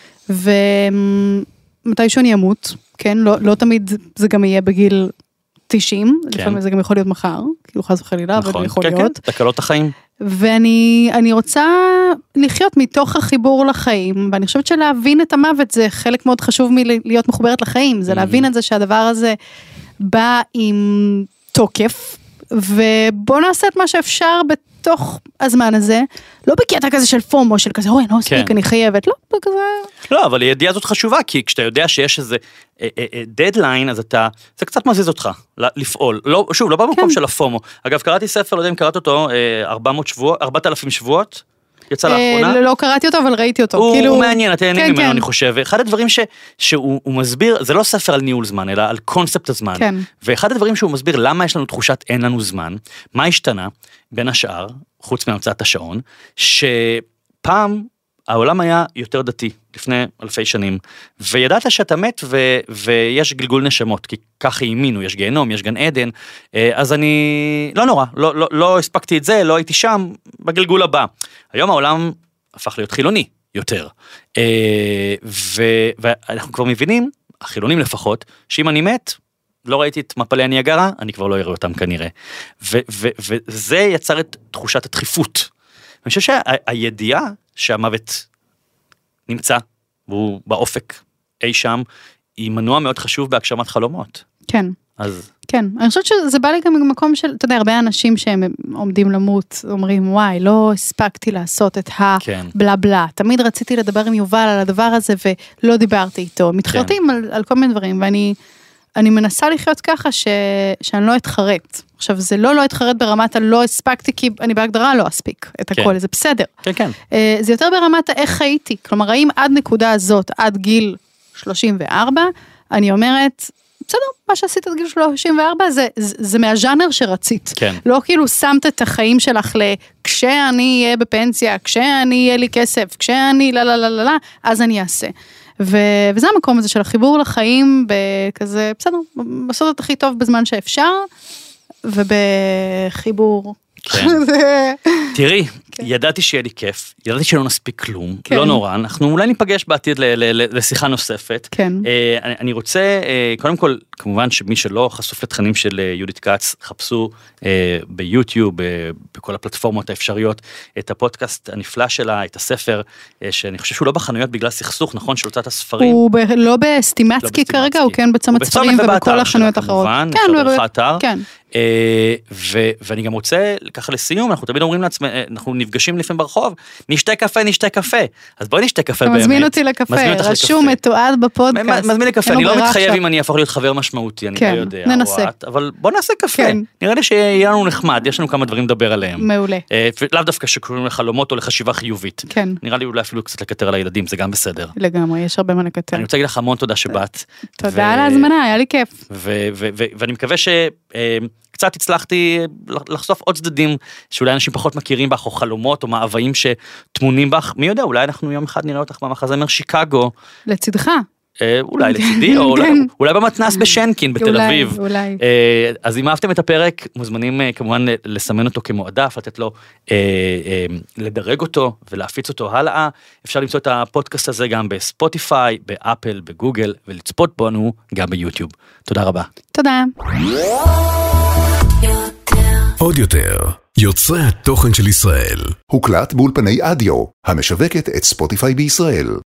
ומתישהו אני אמות, כן? לא, לא תמיד זה גם יהיה בגיל תשעים, כן. לפעמים זה גם יכול להיות מחר, כאילו חס וחלילה, נכון, אבל יכול כן, להיות. כן, תקלות החיים. ואני אני רוצה לחיות מתוך החיבור לחיים, ואני חושבת שלהבין את המוות זה חלק מאוד חשוב מלהיות מחוברת לחיים, זה להבין את זה שהדבר הזה בא עם תוקף, ובוא נעשה את מה שאפשר בתוך הזמן הזה, לא בקטע כזה של פומו, של כזה, אוי, אני לא אספיק, אני חייבת, לא, בכזה... לא, אבל הידיעה הזאת חשובה, כי כשאתה יודע שיש איזה דדליין, אז אתה, זה קצת מזיז אותך, לפעול. לא, שוב, לא במקום של הפומו. אגב, קראתי ספר, לא יודע אם קראת אותו, ארבעת אלפים שבועות, יצא לאחרונה. לא קראתי אותו, אבל ראיתי אותו. הוא מעניין, אתה נהנה ממנו, אני חושב. אחד הדברים שהוא מסביר, זה לא ספר על ניהול זמן, אלא על קונספט הזמן. ואחד הדברים שהוא מסביר, למה יש לנו תחושת אין לנו זמן, מה השתנה בין השאר, חוץ מהמצאת השעון, שפעם העולם היה יותר דתי, לפני אלפי שנים, וידעת שאתה מת ו- ויש גלגול נשמות, כי ככה האמינו, יש גיהנום, יש גן עדן, אז אני, לא נורא, לא, לא, לא הספקתי את זה, לא הייתי שם, בגלגול הבא. היום העולם הפך להיות חילוני יותר, ו- ואנחנו כבר מבינים, החילונים לפחות, שאם אני מת, לא ראיתי את מפלי הניאגרה, אני כבר לא אראה אותם כנראה. ו- ו- וזה יצר את תחושת הדחיפות. אני חושב שהידיעה שהמוות נמצא, והוא באופק אי שם, היא מנוע מאוד חשוב בהגשמת חלומות. כן. אז... כן, אני חושבת שזה בא לי גם במקום של, אתה יודע, הרבה אנשים שהם עומדים למות, אומרים, וואי, לא הספקתי לעשות את הבלה בלה, תמיד רציתי לדבר עם יובל על הדבר הזה, ולא דיברתי איתו, מתחרטים על, על כל מיני דברים, ואני אני מנסה לחיות ככה ש, שאני לא אתחרט. עכשיו, זה לא לא אתחרט ברמת הלא הספקתי, כי אני בהגדרה לא אספיק את הכל, כן. זה בסדר. כן, כן. זה יותר ברמת איך הייתי, כלומר, האם עד נקודה הזאת, עד גיל שלושים וארבע, אני אומרת, בסדר, מה שעשית עד גיל שלושים וארבע, זה, זה, זה מהז'אנר שרצית. כן. לא כאילו שמת את החיים שלך ל, כשאני אהיה בפנסיה, כשאני אהיה לי כסף, כשאני לא, לא, לא, לא, לא, אז אני אעשה. ו, וזה המקום הזה של החיבור לחיים, בכזה, בסדר, לעשות את הכי טוב בזמן שאפשר, ובחיבור. כן. תראי, ידעתי שיהיה לי כיף, ידעתי שלא נספיק כלום, לא נורא, אנחנו אולי ניפגש בעתיד לשיחה נוספת. כן. אני רוצה, קודם כל, כמובן שמי שלא חשוף לתכנים של יהודית כץ, חפשו ביוטיוב, בכל הפלטפורמות האפשריות, את הפודקאסט הנפלא שלה, את הספר, שאני חושב שהוא לא בחנויות בגלל סכסוך, נכון, של הוצאת הספרים. הוא לא בסטימצקי כרגע, הוא כן בצומת ספרים ובכל החנויות האחרות. כן, אפשר דרך האתר. כן. ואני גם רוצה, ככה לסיום, אנחנו תמיד אומרים לעצמנו, אנחנו נפגשים לפעמים ברחוב, נשתה קפה, נשתה קפה. אז בואי נשתה קפה באמת. מזמין אותי לקפה, רשום, מתועד בפודקאסט. מזמין לקפה, אני לא מתחייב אם אני אהפוך להיות חבר משמעותי, אני לא יודע. ננסה. אבל בוא נעשה קפה. נראה לי שיהיה לנו נחמד, יש לנו כמה דברים לדבר עליהם. מעולה. לאו דווקא שקוראים לחלומות או לחשיבה חיובית. כן. נראה לי אולי אפילו קצת לקטר על הילדים, זה גם בסדר. לגמרי, יש הרבה מה לקטר. אני רוצה להגיד לך המון תודה שבאת. תודה על ההזמנה, היה לי כיף. ואני מקווה ש קצת הצלחתי לחשוף עוד צדדים שאולי אנשים פחות מכירים בך, או חלומות, או מאוויים שתמונים בך. מי יודע, אולי אנחנו יום אחד נראה אותך במחזמר שיקגו. לצדך. אולי לצידי, או אולי במתנס בשנקין בתל אביב. אולי. אז אם אהבתם את הפרק, מוזמנים כמובן לסמן אותו כמועדף, לתת לו, לדרג אותו ולהפיץ אותו הלאה. אפשר למצוא את הפודקאסט הזה גם בספוטיפיי, באפל, בגוגל, ולצפות בנו גם ביוטיוב. תודה רבה. תודה. עוד יותר, יוצרי התוכן של ישראל. הוקלט באולפני אדיו, המשווקת את ספוטיפיי בישראל.